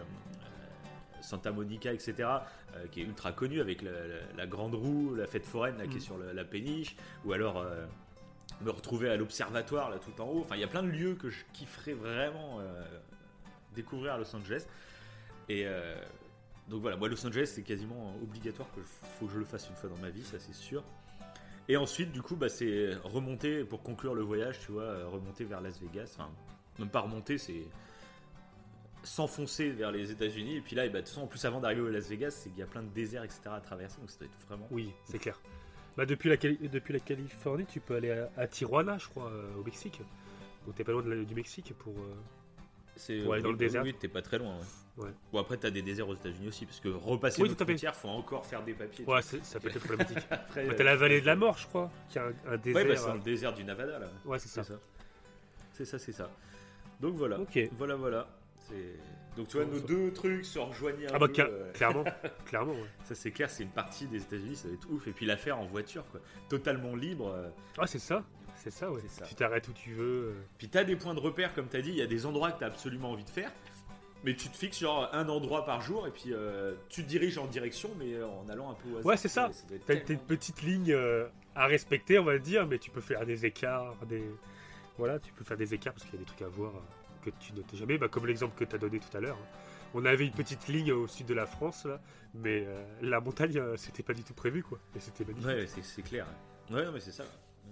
Santa Monica, etc., qui est ultra connue avec la grande roue, la fête foraine là, qui est sur la péniche, ou alors me retrouver à l'observatoire là tout en haut. Enfin, il y a plein de lieux que je kifferais vraiment découvrir à Los Angeles. Et donc voilà, moi Los Angeles c'est quasiment obligatoire faut que je le fasse une fois dans ma vie, ça c'est sûr. Et ensuite du coup c'est remonter pour conclure le voyage, tu vois, remonter vers Las Vegas. Enfin, même pas remonter, c'est s'enfoncer vers les États-Unis. Et puis là, de toute façon, en plus avant d'arriver à Las Vegas, c'est qu'il y a plein de déserts, etc. à traverser. Donc ça doit être vraiment. Oui, c'est clair. Depuis la Californie, tu peux aller à Tijuana, je crois, au Mexique. Donc t'es pas loin du Mexique pour aller dans le désert. Oui, t'es pas très loin. Ouais. Bon, après, t'as des déserts aux États-Unis aussi, parce que repasser notre frontière, faut encore faire des papiers. Ouais, ça peut être problématique. T'as la vallée de la mort, je crois, qui a un désert. Ouais, c'est dans le désert du Nevada, là. Ouais, c'est ça. C'est ça. Donc voilà. Okay. Voilà. Donc tu vois, nos deux trucs se rejoignaient un peu. Clairement, ouais. Ça c'est clair, c'est une partie des États-Unis, ça va être ouf. Et puis l'affaire en voiture, quoi, totalement libre. Ah, c'est ça, ouais. C'est ça. Tu t'arrêtes où tu veux. Puis t'as des points de repère, comme t'as dit, il y a des endroits que t'as absolument envie de faire, mais tu te fixes genre un endroit par jour et puis tu te diriges en direction, mais en allant un peu au hasard. Ouais, c'est ça. T'as une petite ligne à respecter, on va dire, mais tu peux faire des écarts, voilà, tu peux faire des écarts parce qu'il y a des trucs à voir. Que tu notais jamais, comme l'exemple que tu as donné tout à l'heure. On avait une petite ligne au sud de la France, là, mais la montagne, c'était pas du tout prévu, quoi. Et c'était magnifique. Ouais, c'est clair. Ouais, non, mais c'est ça.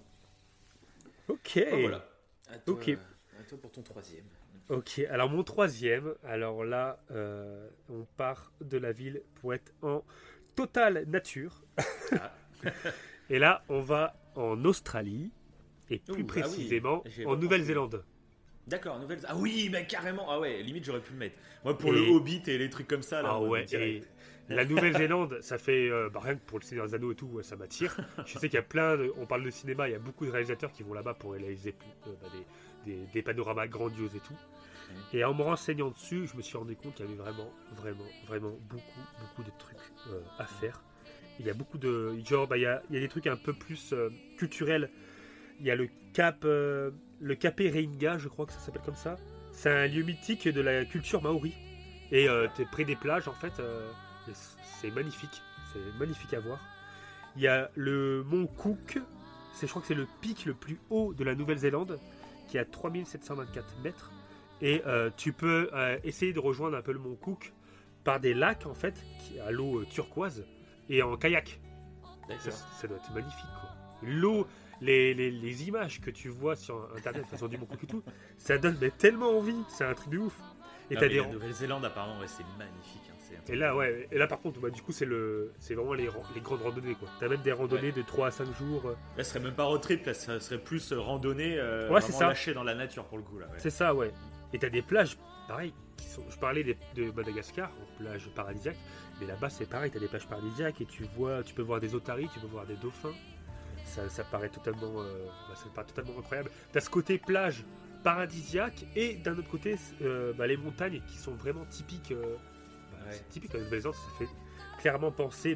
Ok. Oh, voilà. À toi pour ton troisième. Ok, alors mon troisième, alors là, on part de la ville pour être en totale nature. Et là, on va en Australie, et plus précisément en Nouvelle-Zélande. D'accord, Ah oui, mais carrément. Ah ouais, limite j'aurais pu le mettre. Moi pour le Hobbit et les trucs comme ça là. Ah ouais. Et la Nouvelle-Zélande, ça fait rien que pour le Seigneur des Anneaux et tout, ça m'attire. Je sais qu'il y a on parle de cinéma, il y a beaucoup de réalisateurs qui vont là-bas pour réaliser des panoramas grandioses et tout. Et en me renseignant dessus, je me suis rendu compte qu'il y avait vraiment beaucoup de trucs à faire. Il y a beaucoup de il y a des trucs un peu plus culturels. Il y a le Cap Reinga, je crois que ça s'appelle comme ça. C'est un lieu mythique de la culture maori. Et t'es près des plages, en fait. C'est magnifique. C'est magnifique à voir. Il y a le mont Cook. Je crois que c'est le pic le plus haut de la Nouvelle-Zélande, qui est à 3724 mètres. Et tu peux essayer de rejoindre un peu le mont Cook par des lacs, en fait, à l'eau turquoise, et en kayak. Ça doit être magnifique, quoi. L'eau... Les images que tu vois sur internet, façon du Mont Cook et tout, ça donne tellement envie, c'est un truc de ouf. Et la Nouvelle-Zélande apparemment c'est magnifique. Et là par contre, du coup c'est vraiment les grandes randonnées, quoi. T'as même des randonnées de 3 à 5 jours. Là ce serait même pas road trip, là ça serait plus randonnée c'est ça. lâchée dans la nature pour le coup là. Ouais. C'est ça, ouais. Et t'as des plages, pareil, je parlais de Madagascar, plages paradisiaques, mais là-bas c'est pareil, t'as des plages paradisiaques et tu peux voir des otaries, tu peux voir des dauphins. Ça paraît totalement, incroyable. T'as ce côté plage paradisiaque et d'un autre côté les montagnes qui sont vraiment typiques. C'est typique en Nouvelle-Zélande, ça fait clairement penser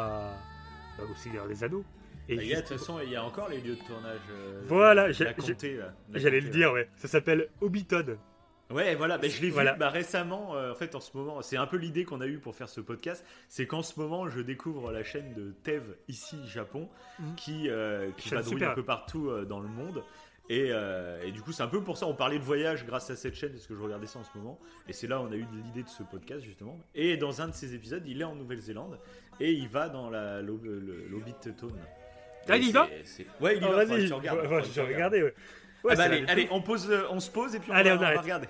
au Seigneur des Anneaux. Et de toute façon, il y a encore les lieux de tournage. Voilà, j'allais le dire, ouais. Ça s'appelle Hobbiton. Ouais, voilà, je l'ai vu récemment, en fait, en ce moment, c'est un peu l'idée qu'on a eue pour faire ce podcast, c'est qu'en ce moment, je découvre la chaîne de Tev, ici, Japon, qui vadrouille un peu partout dans le monde, et du coup, c'est un peu pour ça, on parlait de voyage grâce à cette chaîne, parce que je regardais ça en ce moment, et c'est là où on a eu l'idée de ce podcast, justement, et dans un de ces épisodes, il est en Nouvelle-Zélande, et il va dans l'Hobbiton. Ah, il y va Ouais, il y va, tu regardes. Je vais regarder, ouais. Ouais, allez, on se pose et puis on va regarder.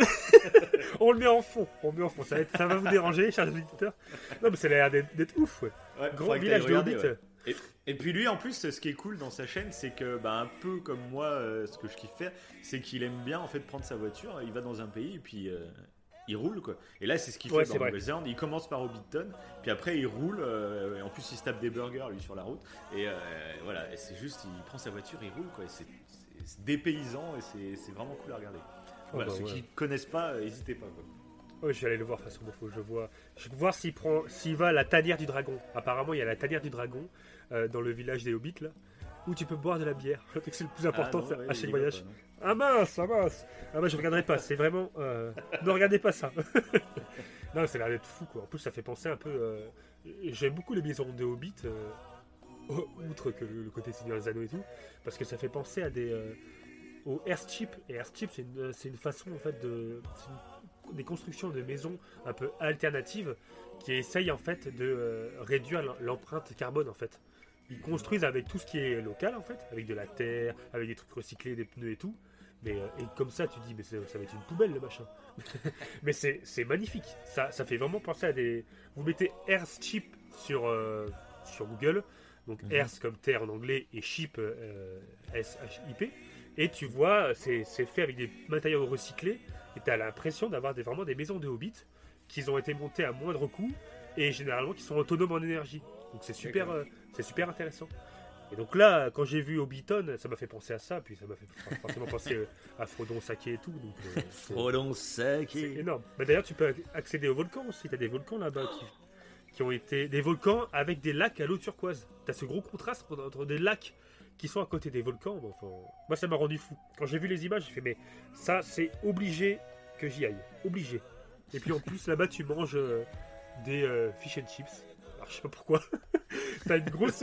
On le met en fond. Ça va vous déranger, chers auditeurs. Non, mais ça a l'air d'être ouf, ouais. Grand village de Hobbit. Ouais. Et puis lui, en plus, ce qui est cool dans sa chaîne, c'est que, un peu comme moi, ce que je kiffe faire, c'est qu'il aime bien en fait prendre sa voiture, il va dans un pays et puis il roule, quoi. Et là, c'est ce qu'il fait dans Nouvelle-Zélande. Il commence par Hobbiton, puis après il roule. Et en plus, il se tape des burgers lui sur la route. Et voilà, et c'est juste, il prend sa voiture, il roule, quoi. C'est dépaysant et c'est vraiment cool à regarder. Ceux qui connaissent pas, n'hésitez pas, quoi. Ouais, je vais aller le voir de toute façon. Je vais voir s'il va à la tanière du dragon. Apparemment, il y a la tanière du dragon dans le village des Hobbits là, où tu peux boire de la bière. Je crois que c'est le plus important à chaque voyage. Ah mince. Je regarderai pas. C'est vraiment. Ne regardez pas ça. Non, ça a l'air d'être fou, quoi. En plus, ça fait penser un peu. J'aime beaucoup les maisons des Hobbits. Outre que le côté Seigneur des Anneaux et tout, parce que ça fait penser à au airship. Et airship, c'est une façon en fait des constructions de maisons un peu alternatives qui essayent en fait de réduire l'empreinte carbone en fait. Ils construisent avec tout ce qui est local en fait, avec de la terre, avec des trucs recyclés, des pneus et tout. Mais et comme ça, tu te dis mais ça va être une poubelle le machin. Mais c'est magnifique. Ça fait vraiment penser à des. Vous mettez airship sur Google. Donc Earth comme terre en anglais et ship S-H-I-P. Et tu vois, c'est fait avec des matériaux recyclés. Et tu as l'impression d'avoir vraiment des maisons de Hobbits qui ont été montées à moindre coût et généralement qui sont autonomes en énergie. Donc c'est super intéressant. Et donc là, quand j'ai vu Hobbiton, ça m'a fait penser à ça. Puis ça m'a fait forcément penser à Frodon Saké et tout. Donc, Frodon Saké. C'est énorme. D'ailleurs, tu peux accéder aux volcans aussi. Tu as des volcans là-bas qui ont été des volcans avec des lacs à l'eau turquoise. T'as ce gros contraste entre des lacs qui sont à côté des volcans. Enfin, moi, ça m'a rendu fou. Quand j'ai vu les images, j'ai fait mais ça, c'est obligé que j'y aille. Obligé. Et puis en plus, là-bas, tu manges des fish and chips. Alors, je sais pas pourquoi. T'as une grosse...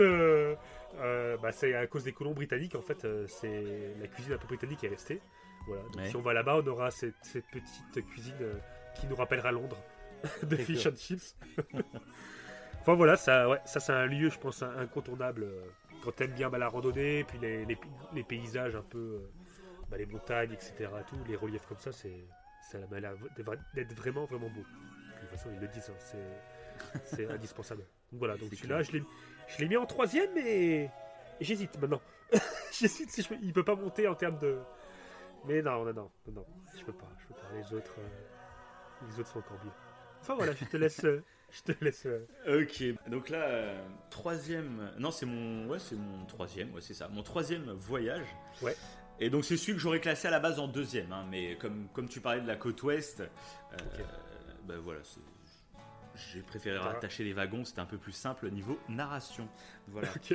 c'est à cause des colons britanniques, en fait. C'est la cuisine un peu britannique qui est restée. Voilà. Donc, si on va là-bas, on aura cette petite cuisine qui nous rappellera Londres. De fish and chips. Enfin voilà, ça c'est un lieu, je pense, incontournable quand t'aimes bien la randonnée, puis les paysages un peu, les montagnes, etc. Tout, les reliefs comme ça, ça a l'air d'être vraiment vraiment beau. De toute façon, ils le disent, c'est indispensable. Donc voilà, donc celui-là, je l'ai mis en 3e, mais j'hésite maintenant. J'hésite si il peut pas monter en termes de. Mais non, je peux pas. Les autres sont encore mieux. Enfin voilà, je te laisse. Ok, donc là, troisième. Non, c'est mon troisième, c'est ça. Mon troisième voyage. Ouais. Et donc c'est celui que j'aurais classé à la base en deuxième, hein, mais comme tu parlais de la côte ouest, voilà, j'ai préféré rattacher les wagons, c'était un peu plus simple au niveau narration. Voilà. Okay.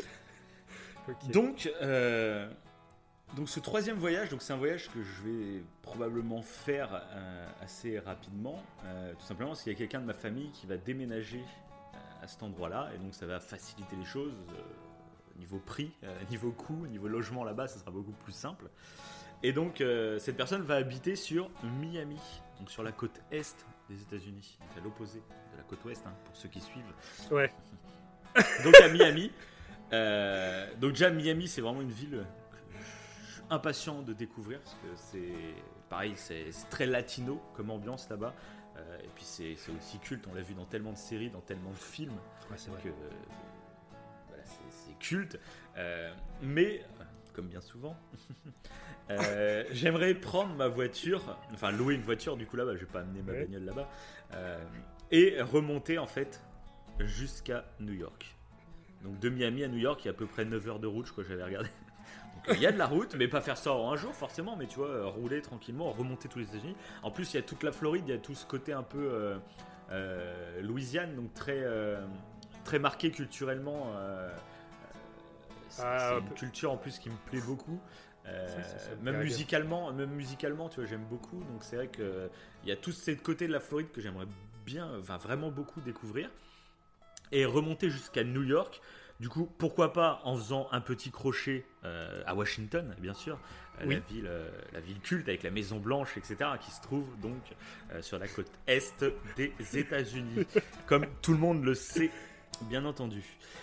Donc ce troisième voyage, c'est un voyage que je vais probablement faire assez rapidement, tout simplement parce qu'il y a quelqu'un de ma famille qui va déménager à cet endroit-là, et donc ça va faciliter les choses niveau prix, niveau coût, niveau logement là-bas, ça sera beaucoup plus simple. Et donc cette personne va habiter sur Miami, donc sur la côte est des États-Unis, donc à l'opposé de la côte ouest, hein, pour ceux qui suivent. Ouais. Donc à Miami. Donc déjà Miami, c'est vraiment une ville impatient de découvrir parce que c'est pareil, c'est très latino comme ambiance là-bas, et puis c'est aussi culte, on l'a vu dans tellement de séries, dans tellement de films, c'est que c'est culte, mais comme bien souvent. J'aimerais prendre ma voiture, enfin louer une voiture du coup là-bas, je vais pas amener ma bagnole là-bas, et remonter en fait jusqu'à New York. Donc de Miami à New York, il y a à peu près 9 heures de route, je crois que j'avais regardé. Donc il y a de la route, mais pas faire ça en un jour forcément, mais tu vois, rouler tranquillement, remonter tous les États-Unis. En plus, il y a toute la Floride, il y a tout ce côté un peu Louisiane, donc très marqué culturellement. C'est une culture en plus qui me plaît beaucoup. Même musicalement, tu vois, j'aime beaucoup. Donc c'est vrai que il y a tout ce côté de la Floride que j'aimerais bien, enfin vraiment beaucoup découvrir. Et remonter jusqu'à New York. Du coup, pourquoi pas en faisant un petit crochet à Washington, bien sûr, la ville culte avec la Maison Blanche, etc., qui se trouve donc sur la côte est des États-Unis, comme tout le monde le sait, bien entendu.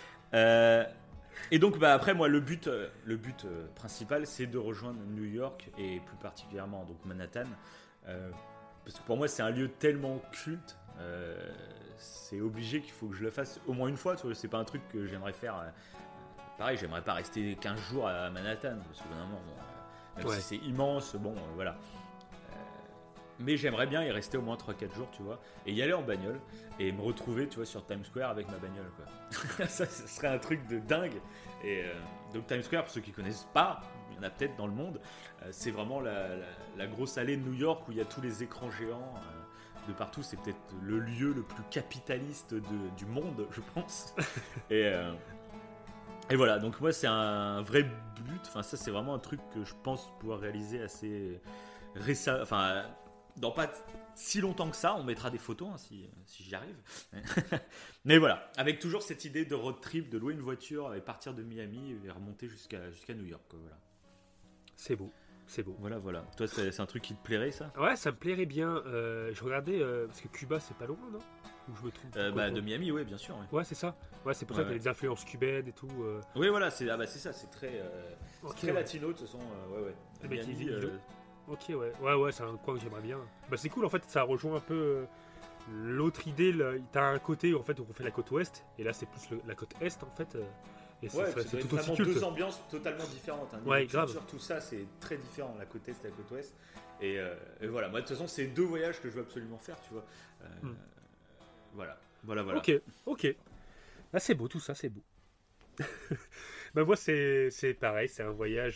Et donc, après, moi, le but principal, c'est de rejoindre New York et plus particulièrement donc Manhattan, parce que pour moi, c'est un lieu tellement culte. C'est obligé qu'il faut que je le fasse au moins une fois, tu vois, c'est pas un truc que j'aimerais faire. Pareil, j'aimerais pas rester 15 jours à Manhattan, parce que vraiment, même si c'est immense, voilà. Mais j'aimerais bien y rester au moins 3-4 jours, tu vois, et y aller en bagnole, et me retrouver, tu vois, sur Times Square avec ma bagnole, quoi. Ça serait un truc de dingue. Et donc Times Square, pour ceux qui connaissent pas, il y en a peut-être dans le monde, c'est vraiment la grosse allée de New York où il y a tous les écrans géants. De partout, c'est peut-être le lieu le plus capitaliste du monde, je pense. Et voilà, donc moi c'est un vrai but, enfin ça c'est vraiment un truc que je pense pouvoir réaliser assez récemment, enfin dans pas si longtemps que ça, on mettra des photos hein, si j'y arrive. Mais voilà, avec toujours cette idée de road trip, de louer une voiture et partir de Miami et remonter jusqu'à New York, quoi, voilà. C'est beau. C'est beau. Voilà. Toi, c'est un truc qui te plairait, ça ? Ouais, ça me plairait bien. Je regardais, parce que Cuba, c'est pas loin, non ? Ou je me trompe de Miami, oui, bien sûr. Ouais, c'est ça. Ouais, c'est pour ça qu'il y a des influences cubaines et tout. Oui, voilà, c'est ça, c'est très, très latino, de toute façon. Ouais. Miami, ok, ouais, c'est un coin que j'aimerais bien. Bah, c'est cool, en fait, ça rejoint un peu l'autre idée. T'as un côté, en fait, où on fait la côte ouest, et là, c'est plus la côte est, en fait. Et c'est tout aussi culte. Deux ambiances totalement différentes. Hein. Ouais, grave. Tout ça, c'est très différent, la côte est et la côte ouest. Et voilà, moi de toute façon, c'est 2 voyages que je veux absolument faire, tu vois. Voilà. Ok. Là, c'est beau, tout ça, c'est beau. Bah, moi, c'est pareil, c'est un voyage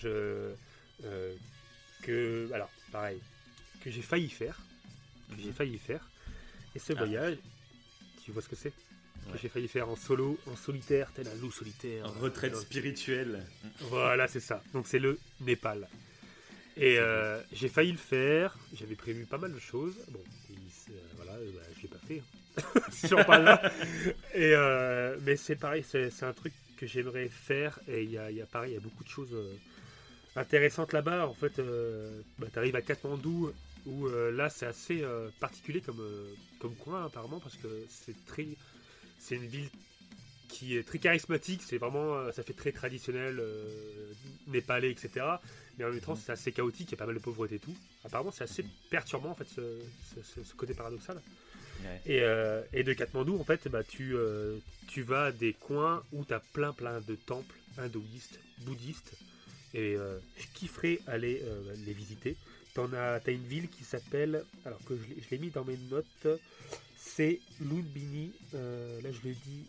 que j'ai failli faire. Et ce voyage, tu vois ce que c'est ? Que j'ai failli faire en solitaire, tel un loup solitaire. En retraite spirituelle. Voilà, c'est ça. Donc c'est le Népal. Et j'ai failli le faire. J'avais prévu pas mal de choses. Bon, je l'ai pas fait. Si j'en parle là. Et mais c'est pareil, c'est un truc que j'aimerais faire. Et il y a beaucoup de choses intéressantes là-bas. En fait, tu arrives à Katmandou où là c'est assez particulier comme coin apparemment parce que c'est une ville qui est très charismatique, c'est vraiment, ça fait très traditionnel, népalais, etc. Mais en même temps, c'est assez chaotique, il y a pas mal de pauvreté et tout. Apparemment, c'est assez perturbant, en fait, ce côté paradoxal. Ouais. Et de Katmandou, en fait, tu vas à des coins où tu as plein de temples hindouistes, bouddhistes, et je kifferais aller les visiter. T'as une ville qui s'appelle, alors que je l'ai mis dans mes notes, c'est Lumbini, là je le dis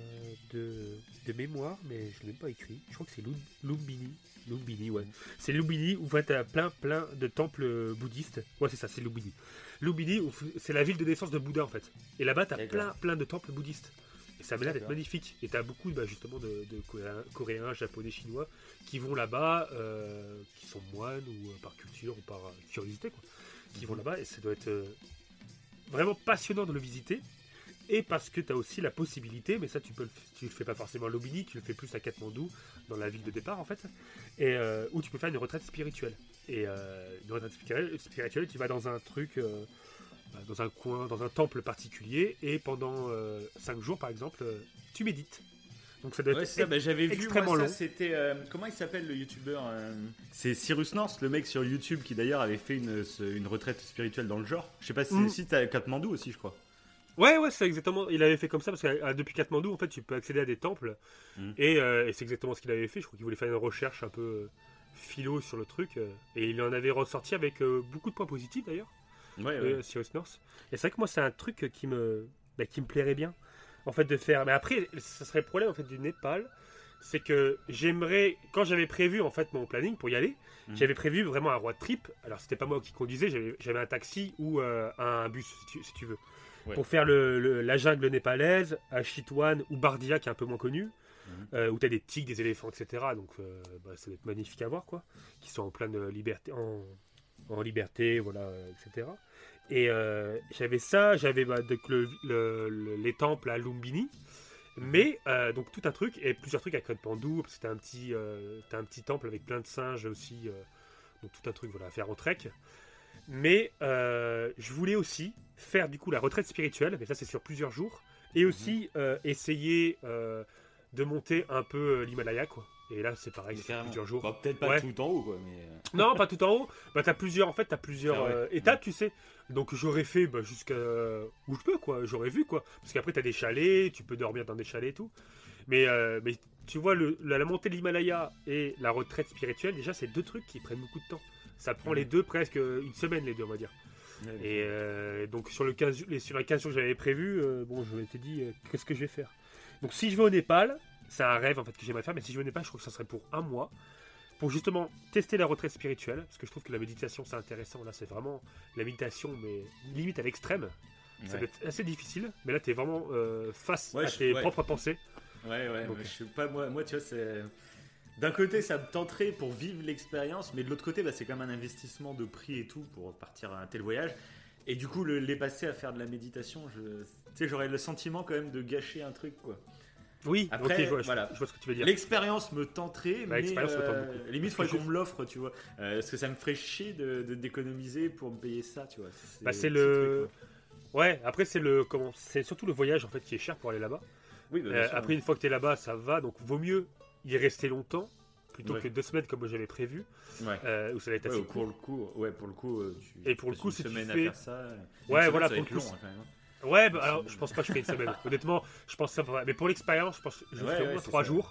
de mémoire, mais je ne l'ai même pas écrit. Je crois que c'est Lumbini, ouais. C'est Lumbini où tu as plein de temples bouddhistes. Ouais, c'est ça, c'est Lumbini. Lumbini, c'est la ville de naissance de Bouddha en fait. Et là-bas, tu as plein de temples bouddhistes. Et ça m'a l'air d'être magnifique. Et tu as beaucoup justement de Coréens, Japonais, Chinois qui vont là-bas, qui sont moines ou par culture ou par curiosité, quoi. Qui vont là-bas et ça doit être vraiment passionnant de le visiter. Et parce que tu as aussi la possibilité, mais ça tu le fais pas forcément à Lumbini, tu le fais plus à Katmandou, dans la ville de départ en fait, et où tu peux faire une retraite spirituelle. Et une retraite spirituelle, tu vas dans un truc, dans un coin, dans un temple particulier, et pendant 5 jours par exemple, tu médites. Donc ça doit être j'avais extrêmement vu, long. C'était comment il s'appelle le youtubeur c'est Cyrus North, le mec sur YouTube qui d'ailleurs avait fait une retraite spirituelle dans le genre. Je sais pas si t'as Katmandou aussi, je crois. Ouais, c'est exactement. Il avait fait comme ça parce que depuis Katmandou, en fait, tu peux accéder à des temples et c'est exactement ce qu'il avait fait. Je crois qu'il voulait faire une recherche un peu philo sur le truc, et il en avait ressorti avec beaucoup de points positifs d'ailleurs, Cyrus North. Et c'est vrai que moi, c'est un truc qui me plairait bien, en fait, de faire. Mais après, ça serait le problème en fait du Népal, c'est que j'aimerais, quand j'avais prévu en fait mon planning pour y aller, j'avais prévu vraiment un road trip. Alors c'était pas moi qui conduisais, j'avais un taxi ou un bus si tu veux, pour faire la jungle népalaise, à Chitwan ou Bardia qui est un peu moins connu, où t'as des tigres, des éléphants, etc. Donc ça va être magnifique à voir quoi, qui sont en pleine liberté, en liberté, voilà, etc. Et j'avais ça, j'avais donc les temples à Lumbini. Mais donc tout un truc et plusieurs trucs à Kathmandu parce que t'as un petit temple avec plein de singes aussi, donc tout un truc voilà à faire en trek. Mais je voulais aussi faire du coup la retraite spirituelle, mais ça c'est sur plusieurs jours, et aussi essayer de monter un peu l'Himalaya quoi. Et là c'est pareil, c'est plusieurs jours. Bah, peut-être pas tout en haut quoi, mais non pas tout en haut. Bah t'as plusieurs étapes tu sais. Donc j'aurais fait jusqu'à où je peux quoi, j'aurais vu quoi, parce qu'après t'as des chalets, tu peux dormir dans des chalets et tout, mais tu vois la montée de l'Himalaya et la retraite spirituelle, déjà c'est deux trucs qui prennent beaucoup de temps, ça prend les deux presque une semaine les deux on va dire, et donc sur la 15 jours que j'avais prévu, je m'étais dit qu'est-ce que je vais faire, donc si je vais au Népal, c'est un rêve en fait que j'aimerais faire, mais si je vais au Népal je crois que ça serait pour un mois, pour justement tester la retraite spirituelle, parce que je trouve que la méditation c'est intéressant, là c'est vraiment la méditation mais limite à l'extrême, ça peut être assez difficile, mais là t'es vraiment face à tes propres pensées. Donc, je sais pas, moi tu vois, c'est d'un côté ça me tenterait pour vivre l'expérience, mais de l'autre côté c'est quand même un investissement de prix et tout pour partir à un tel voyage, et du coup les passer à faire de la méditation, j'aurais le sentiment quand même de gâcher un truc quoi. Oui, après, je vois ce que tu veux dire. L'expérience me tenterait, mais me tente beaucoup. Limite, il faudrait qu'on me l'offre, tu vois. Parce que ça me ferait chier d'économiser pour me payer ça, tu vois. C'est le... Ouais, après, c'est surtout le voyage, en fait, qui est cher pour aller là-bas. Oui, bien sûr, après, une fois que tu es là-bas, ça va, donc vaut mieux y rester longtemps, plutôt que 2 semaines comme j'avais prévu, où ça va être assez court. Pour le coup, et pour le coup, si tu fais... à faire ça... Ouais, voilà, pour le coup... Ouais, alors je pense pas que je fais une semaine. Honnêtement, je pense ça. Mais pour l'expérience, je pense que je ferai au moins 3 jours.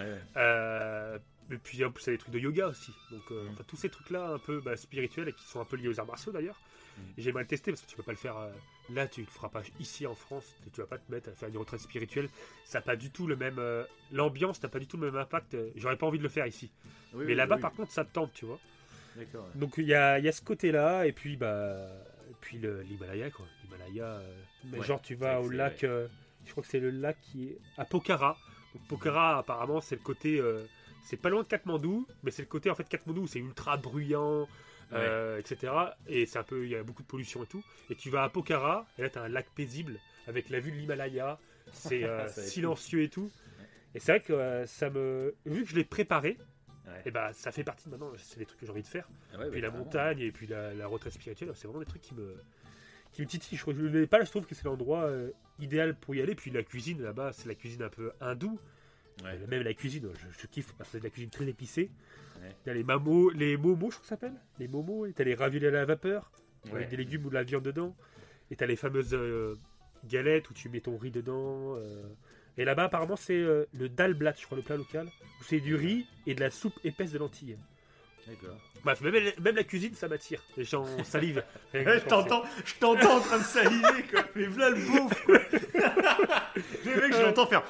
Et puis en plus, il y a des trucs de yoga aussi. Donc, tous ces trucs-là un peu spirituels et qui sont un peu liés aux arts martiaux d'ailleurs. Et j'ai mal testé parce que tu peux pas le faire là, tu le feras pas ici en France. Tu vas pas te mettre à faire une retraite spirituelle. Ça n'a pas du tout le même. L'ambiance n'a pas du tout le même impact. J'aurais pas envie de le faire ici. Mais là-bas, par contre, ça te tente, tu vois. D'accord. Donc il y a ce côté-là. Et puis, l'Himalaya, quoi. L'Himalaya, genre tu vas au lac, je crois que c'est le lac qui est à Pokhara. Donc, Pokhara, apparemment, c'est le côté, c'est pas loin de Katmandou, mais c'est le côté en fait Katmandou où c'est ultra bruyant, etc. Et c'est un peu, il y a beaucoup de pollution et tout. Et tu vas à Pokhara, et là t'as un lac paisible avec la vue de l'Himalaya. C'est silencieux et tout. Et c'est vrai que vu que je l'ai préparé. Et ça fait partie de maintenant, c'est des trucs que j'ai envie de faire. Puis la montagne et puis la retraite spirituelle, c'est vraiment des trucs qui me titillent. Le Népal, je trouve que c'est l'endroit idéal pour y aller. Puis la cuisine là-bas, c'est la cuisine un peu hindoue. Même la cuisine, je kiffe parce que c'est de la cuisine très épicée. Il y a les momos, je crois que ça s'appelle. Les momos, et t'as les raviolis à la vapeur avec des légumes ou de la viande dedans. Et t'as les fameuses galettes où tu mets ton riz dedans. Et là-bas, apparemment, c'est le dal blat, je crois, le plat local, où c'est du riz et de la soupe épaisse de lentilles. D'accord. Bref, même la cuisine, ça m'attire. Les gens salivent. Je t'entends en train de saliver, quoi. Mais voilà le bouffe, quoi. Les mecs, je l'entends faire.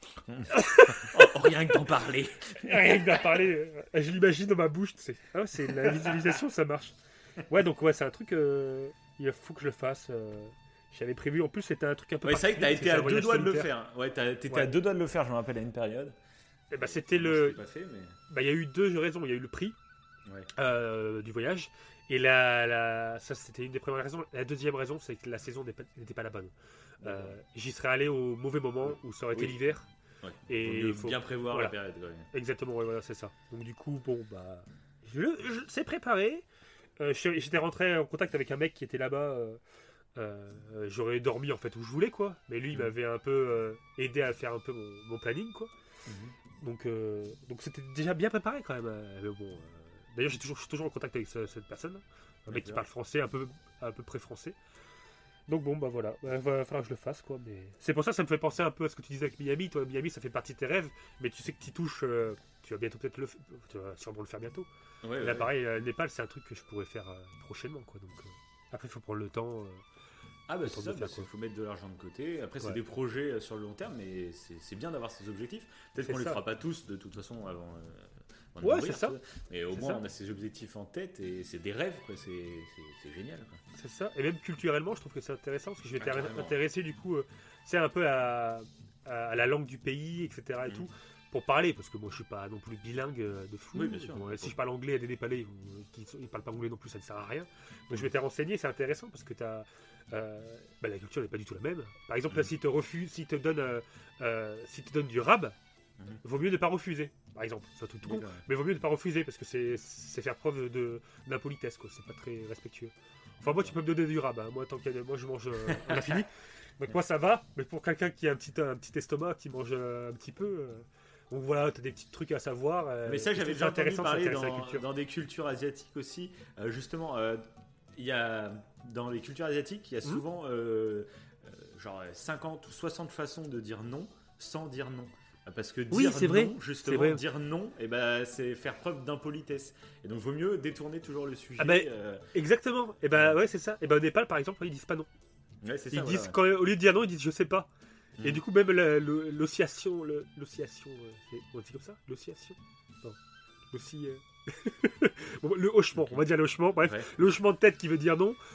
Rien que d'en parler. Rien que d'en parler. Je l'imagine dans ma bouche, tu sais. C'est la visualisation, ça marche. Donc c'est un truc, il faut que je le fasse. J'avais prévu, en plus c'était un truc un peu. C'est vrai que t'as été à 2 doigts de le faire. T'étais à 2 doigts de le faire, je me rappelle, à une période. Et c'était le. Pas fait, mais... il y a eu 2 raisons. Il y a eu le prix du voyage. Et ça c'était une des premières raisons. La deuxième raison, c'est que la saison n'était pas la bonne. J'y serais allé au mauvais moment où ça aurait été l'hiver. Et il faut bien prévoir la période. Exactement, voilà, c'est ça. Donc du coup, c'est préparé. J'étais rentré en contact avec un mec qui était là-bas. J'aurais dormi en fait où je voulais quoi, mais lui il m'avait un peu aidé à faire un peu mon planning quoi. Donc c'était déjà bien préparé quand même. D'ailleurs je suis toujours en contact avec cette personne, un mec qui parle français à peu près français. Donc voilà, il va falloir que je le fasse quoi. Mais c'est pour ça que ça me fait penser un peu à ce que tu disais avec Miami. Toi Miami ça fait partie de tes rêves, mais tu sais que tu touches tu vas bientôt peut-être tu vas sûrement le faire bientôt. Ouais, Et là, pareil, Népal, c'est un truc que je pourrais faire prochainement, quoi. Donc, après, il faut prendre le temps. Ah bah le c'est temps ça, de faire, il quoi. faut mettre de l'argent de côté. Après c'est Ouais. des projets sur le long terme, mais c'est bien d'avoir ces objectifs. Peut-être C'est qu'on les ça. fera pas tous de toute façon avant de Ouais, mourir, c'est ça. tu vois. Mais au C'est moins ça. on a ces objectifs en tête et c'est des rêves, quoi. C'est génial, quoi. C'est ça. Et même culturellement, je trouve que c'est intéressant parce que je vais Ah, carrément. m'intéresser du coup, c'est un peu à la langue du pays, etc. et Mhm. tout, pour parler, parce que moi je suis pas non plus bilingue de fou. Oui, bien sûr. Bon, si je parle anglais à des Népalais qui ne parlent pas anglais non plus, ça ne sert à rien. Donc je vais te renseigner, c'est intéressant parce que la culture n'est pas du tout la même. Par exemple, là, Mhm. s'ils te donnent du rab, Mhm. vaut mieux ne pas refuser. Par exemple, c'est un truc tout con, D'accord. mais vaut mieux ne pas refuser parce que c'est faire preuve d'impolitesse, quoi. C'est pas très respectueux. Enfin, moi, tu peux me donner du rab, hein. Moi, moi, je mange à l'infini. Donc, moi, ça va. Mais pour quelqu'un qui a un petit estomac, qui mange un petit peu. Donc, voilà, tu as des petits trucs à savoir. Mais ça, je j'avais trouve déjà entendu intéressant de parler s'intéresser à la culture. dans des cultures asiatiques aussi. Justement, il y a dans les cultures asiatiques, il y a souvent genre 50 ou 60 façons de dire non sans dire non. Parce que Oui, dire c'est vrai. non, justement, C'est vrai. dire non, et ben, c'est faire preuve d'impolitesse. Et donc, vaut mieux détourner toujours le sujet. Ah ben, Exactement. Et ben, ouais, c'est ça. Et ben, au Népal, par exemple, ils disent pas non. ouais, c'est Ils ça, disent, voilà. au lieu de dire non, ils disent je sais pas. Et Mm. du coup, même l'oscillation, on dit comme ça. L'oscillation. Non. Bon, le hochement, Ok. on va dire le hochement. Bref, Ouais. le hochement de tête qui veut dire non.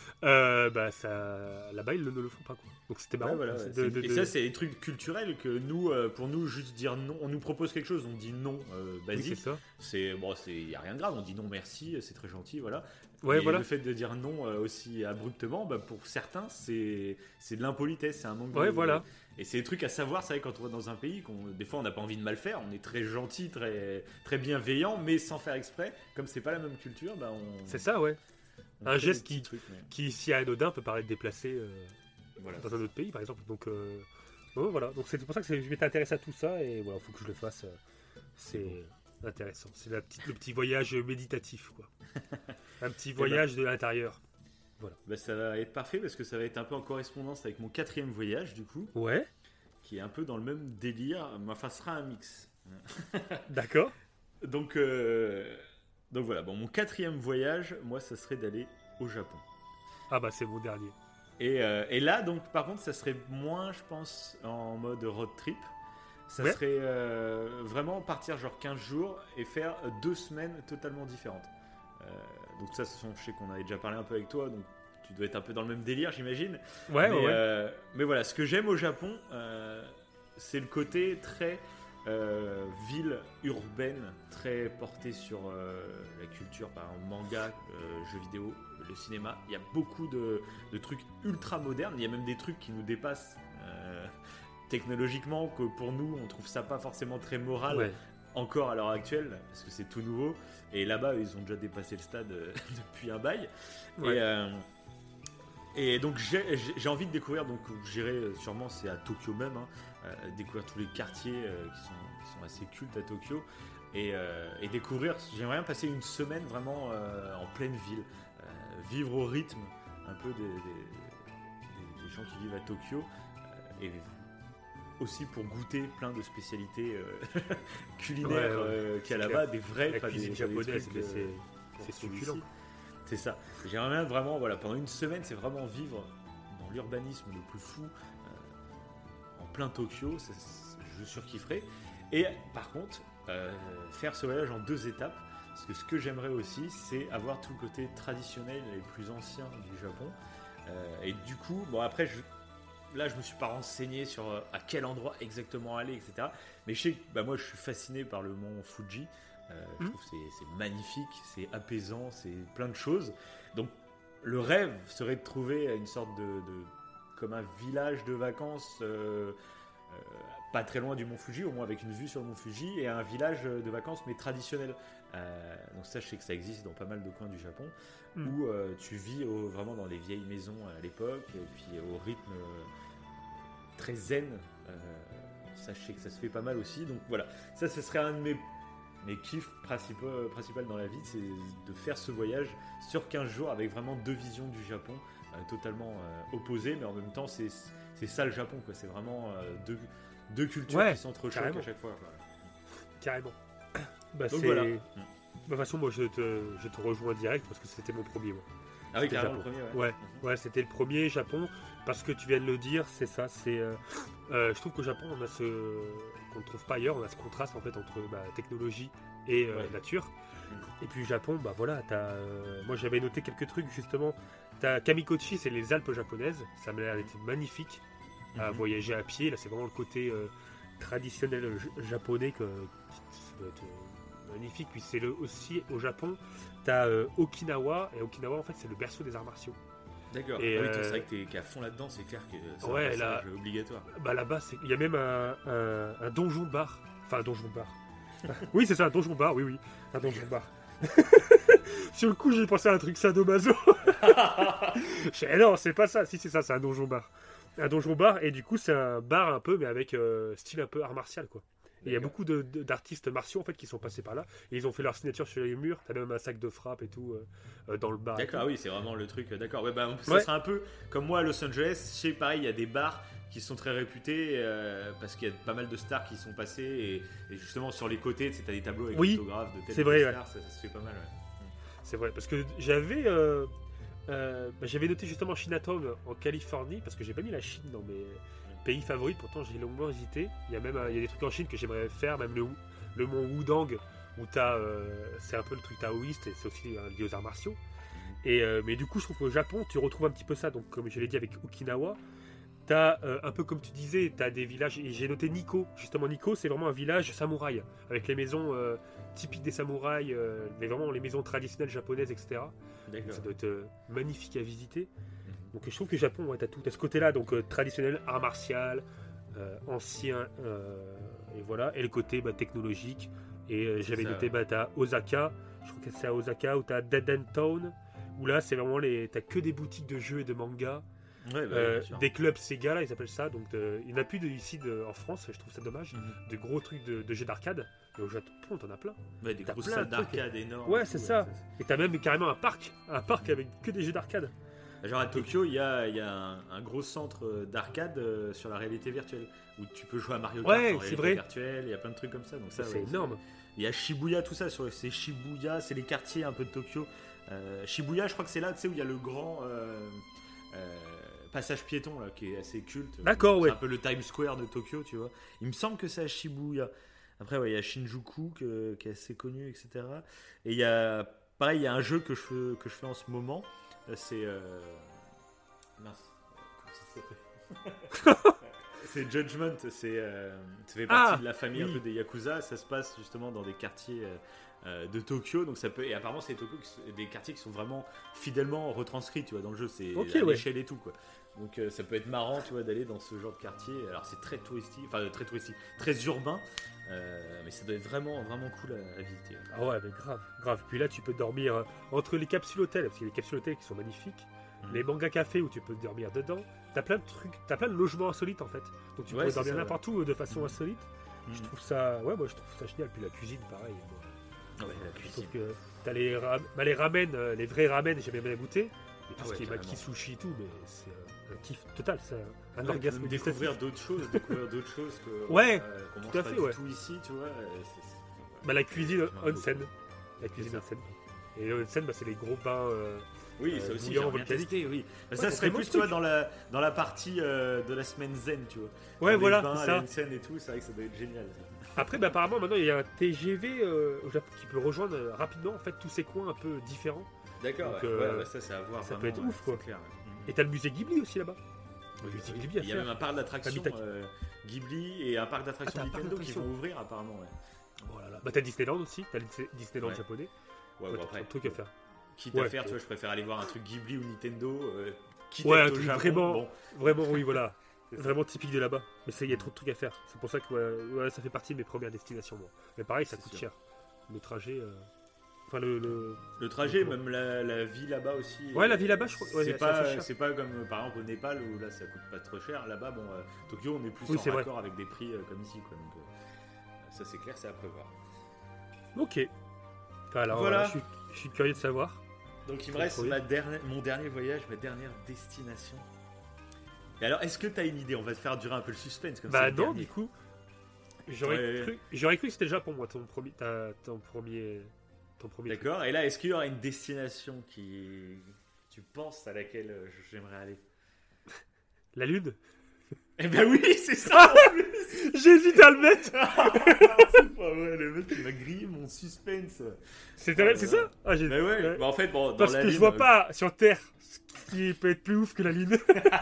Là-bas, ils ne le font pas, quoi. Donc c'était marrant. Ouais, voilà, C'est ouais. Et ça, c'est des trucs culturels que nous, pour nous, juste dire non, on nous propose quelque chose, on dit non Oui, basique. c'est ça. Y a rien de grave, on dit non merci, c'est très gentil, voilà. Ouais, Et voilà. le fait de dire non aussi abruptement, bah, pour certains, c'est de l'impolitesse, c'est un manque Ouais, de. voilà. Et c'est des trucs à savoir, c'est vrai, quand on va dans un pays, des fois on n'a pas envie de mal faire, on est très gentil, très, très bienveillant, mais sans faire exprès, comme c'est pas la même culture, bah on. C'est ça, ouais. on Un fait geste des petits trucs, mais Qui, si anodin, peut paraître déplacé voilà. dans un autre pays, par exemple. Donc, voilà. Donc c'est pour ça que je m'étais intéressé à tout ça et voilà, faut que je le fasse. C'est intéressant. C'est le petit voyage méditatif, quoi. Un petit voyage de l'intérieur. Bah, ça va être parfait parce que ça va être un peu en correspondance avec mon 4e voyage, du coup. Ouais, Qui est un peu dans le même délire, mais enfin, ce sera un mix. d'accord. Donc voilà, bon, mon 4e voyage, moi, ça serait d'aller au Japon. Ah bah c'est mon dernier. Et là, donc, par contre, ça serait moins, je pense, en mode road trip. Ça Ouais. serait vraiment partir genre 15 jours et faire 2 semaines totalement différentes. Donc ça, je sais qu'on avait déjà parlé un peu avec toi, donc tu dois être un peu dans le même délire, j'imagine. Ouais, mais, ouais. mais voilà, ce que j'aime au Japon, c'est le côté très ville urbaine, très porté sur la culture, par exemple manga, jeux vidéo, le cinéma. Il y a beaucoup de trucs ultra modernes. Il y a même des trucs qui nous dépassent technologiquement, que pour nous, on trouve ça pas forcément très moral. Ouais. Encore à l'heure actuelle, parce que c'est tout nouveau. Et là-bas, ils ont déjà dépassé le stade depuis un bail. Ouais. Et donc, j'ai envie de découvrir, donc j'irai sûrement, c'est à Tokyo même, découvrir tous les quartiers qui sont assez cultes à Tokyo. Et découvrir, j'aimerais bien passer une semaine vraiment en pleine ville. Vivre au rythme un peu des gens qui vivent à Tokyo. Et aussi pour goûter plein de spécialités culinaires qu'il y a là-bas, des vrais, La pas cuisine des japonaise, trucs, mais qu'on c'est retrouve succulent. ici. C'est ça. J'aimerais bien vraiment, voilà, pendant une semaine, c'est vraiment vivre dans l'urbanisme le plus fou, en plein Tokyo, je surkifferais. Et par contre, faire ce voyage en 2 étapes, parce que ce que j'aimerais aussi, c'est avoir tout le côté traditionnel et plus ancien du Japon. Et du coup, bon après, là, je me suis pas renseigné sur à quel endroit exactement aller, etc. Mais je sais que moi, je suis fasciné par le mont Fuji. Je trouve que c'est magnifique, c'est apaisant, c'est plein de choses. Donc, le rêve serait de trouver une sorte comme un village de vacances, pas très loin du mont Fuji, au moins avec une vue sur le mont Fuji, et un village de vacances, mais traditionnel. Donc ça, je sais que ça existe dans pas mal de coins du Japon, où tu vis vraiment dans les vieilles maisons à l'époque, et puis au rythme très zen. Ça, je sais que ça se fait pas mal aussi. Donc voilà, ça, ce serait un de mes kiffs principal dans la vie, c'est de faire ce voyage sur 15 jours avec vraiment 2 visions du Japon totalement opposées, mais en même temps, c'est ça le Japon, quoi. C'est vraiment deux cultures qui s'entrechoquent à chaque fois, quoi. Carrément. Bah, Donc c'est... voilà. De toute façon, moi, je te rejoins direct parce que c'était mon premier, moi. Ah oui, C'était carrément Japon. le premier, ouais. Ouais, c'était le premier Japon, parce que tu viens de le dire, c'est ça, je trouve qu'au Japon, on a qu'on ne trouve pas ailleurs, on a ce contraste, en fait, entre technologie et nature. Et puis, Japon, bah voilà, moi, j'avais noté quelques trucs, justement. T'as Kamikochi, c'est les Alpes japonaises, ça m'a l'air d'être magnifique, à voyager à pied, là, c'est vraiment le côté traditionnel japonais, ça doit être magnifique. Puis c'est aussi au Japon, t'as Okinawa, et Okinawa en fait c'est le berceau des arts martiaux. D'accord. Et Ah oui, toi, c'est vrai que t'es à fond là-dedans, c'est clair que c'est un ouais, passage obligatoire. Bah là-bas, il y a même un donjon bar. Enfin, un donjon bar. Oui, c'est ça, un donjon bar, oui, un donjon bar. Sur le coup, j'ai pensé à un truc sadomaso. Non, c'est pas ça. Si, c'est ça, c'est un donjon bar. Un donjon bar, et du coup, c'est un bar un peu, mais avec style un peu art martial, quoi. Il y a beaucoup d'artistes martiaux en fait qui sont passés par là et ils ont fait leur signature sur les murs. T'as même un sac de frappe et tout dans le bar. D'accord, oui, c'est vraiment le truc. D'accord, ouais, bah, ça sera un peu comme moi à Los Angeles. Je sais, pareil, il y a des bars qui sont très réputés parce qu'il y a pas mal de stars qui sont passés et justement sur les côtés, tu as des tableaux avec l'autographe de telle star, ça se fait pas mal. Ouais. C'est vrai parce que j'avais noté justement Chinatown en Californie parce que j'ai pas mis la Chine dans mes pays favoris, pourtant j'ai longuement hésité. Il y a des trucs en Chine que j'aimerais faire, même le mont Wudang où c'est un peu le truc taoïste et c'est aussi lié aux arts martiaux. Mais du coup je trouve qu'au Japon tu retrouves un petit peu ça, donc comme je l'ai dit avec Okinawa, t'as un peu comme tu disais, t'as des villages, et j'ai noté Nikko, justement Nikko c'est vraiment un village samouraï avec les maisons typiques des samouraïs, vraiment les maisons traditionnelles japonaises, etc. Donc, ça doit être magnifique à visiter. Donc je trouve que le Japon, t'as tout à ce côté-là, donc traditionnel, art martial, ancien, et voilà, et le côté technologique. Et j'avais noté, t'as Osaka, je crois que c'est à Osaka, où t'as Dead Town, où là c'est vraiment t'as que des boutiques de jeux et de mangas, des clubs Sega, là ils appellent ça, donc il n'y en a plus ici en France, je trouve ça dommage, de gros trucs de jeux d'arcade. Et au Japon, t'en as plein. Ouais, des grosses salles d'arcade énormes. Ouais, c'est ça. Et t'as même carrément un parc avec que des jeux d'arcade. Genre à Tokyo, il y a un gros centre d'arcade sur la réalité virtuelle où tu peux jouer à Mario Kart en réalité virtuelle. Il y a plein de trucs comme ça. Donc ça c'est énorme. Il y a Shibuya, tout ça. C'est Shibuya, c'est les quartiers un peu de Tokyo. Shibuya, je crois que c'est là, tu sais, où il y a le grand passage piéton là, qui est assez culte. D'accord, c'est un peu le Times Square de Tokyo, tu vois. Il me semble que c'est à Shibuya. Après, il y a Shinjuku qui est assez connu, etc. Et il y a un jeu que je fais en ce moment. C'est mince, comment ça s'appelle? C'est Judgment. Ça fait partie de la famille un peu des Yakuza. Ça se passe justement dans des quartiers de Tokyo. Donc ça peut, et apparemment c'est des quartiers qui sont vraiment fidèlement retranscrits, tu vois, dans le jeu. C'est à l'échelle et tout, quoi. Donc ça peut être marrant, tu vois, d'aller dans ce genre de quartier. Alors c'est très touristique, très urbain. Mais ça doit être vraiment, vraiment cool à visiter. Ah ouais, mais grave. Puis là, tu peux dormir entre les capsules hôtels, parce qu'il y a des capsules hôtels qui sont magnifiques, les manga cafés où tu peux dormir dedans. T'as plein de trucs, t'as plein de logements insolites en fait. Donc tu peux dormir n'importe où de façon insolite. Je trouve ça, moi je trouve ça génial. Puis la cuisine, pareil. Ouais, la cuisine. Je trouve que t'as les ramen, les vrais ramen, j'ai bien goûté. Et tout ce qui est maki sushi et tout, mais c'est un kiff total, c'est un orgasme. Découvrir d'autres choses que qu'on mange tout à pas fait, du tout ici, tu vois. La cuisine onsen. La cuisine onsen. Et onsen, c'est les gros bains. Oui, ça aussi, j'ai bien testé, oui. Ça serait plus, tu vois, dans la partie de la semaine zen, tu vois. Ouais, voilà, bains, c'est ça. Onsen et tout, c'est vrai que ça doit être génial. Ça. Après, apparemment, maintenant, il y a un TGV au Japon qui peut rejoindre rapidement, en fait, tous ces coins un peu différents. D'accord, ça, c'est à voir. Ça peut être ouf, quoi. Clair, Et t'as le musée Ghibli aussi là-bas. Il y a même un parc d'attractions Ghibli et un parc d'attractions Nintendo qui vont ouvrir apparemment. Voilà. T'as Disneyland aussi, t'as Disneyland japonais. Ouais, après. Un truc à faire. Quitte à faire, tu vois, je préfère aller voir un truc Ghibli ou Nintendo. Quitte à être au Japon. Vraiment, oui, voilà. Vraiment typique de là-bas. Mais il y a trop de trucs à faire. C'est pour ça que ça fait partie de mes premières destinations, moi. Mais pareil, ça coûte cher. Le trajet. Enfin, le trajet, même la vie là-bas aussi. Ouais, la vie là-bas, je crois. C'est pas comme par exemple au Népal où là ça coûte pas trop cher. Là-bas, Tokyo, on est plus en raccord avec des prix comme ici, quoi. Donc ça, c'est clair, c'est à prévoir. Ok. Alors voilà, je suis curieux de savoir. Donc il me reste mon dernier voyage, ma dernière destination. Et alors, est-ce que tu as une idée? On va te faire durer un peu le suspense comme ça. Non, du coup. J'aurais cru que c'était le Japon, moi, ton premier. D'accord. Et là, est-ce qu'il y aura une destination tu penses à laquelle j'aimerais aller? La Lune. Eh ben oui, c'est ça. En plus. J'hésite à le mettre. Non, c'est pas vrai, le mec il m'a grillé mon suspense. C'est ça? Ah, Mais ouais. Bah, en fait, bon, dans parce la que Lune, je vois pas sur Terre ce qui peut être plus ouf que la Lune.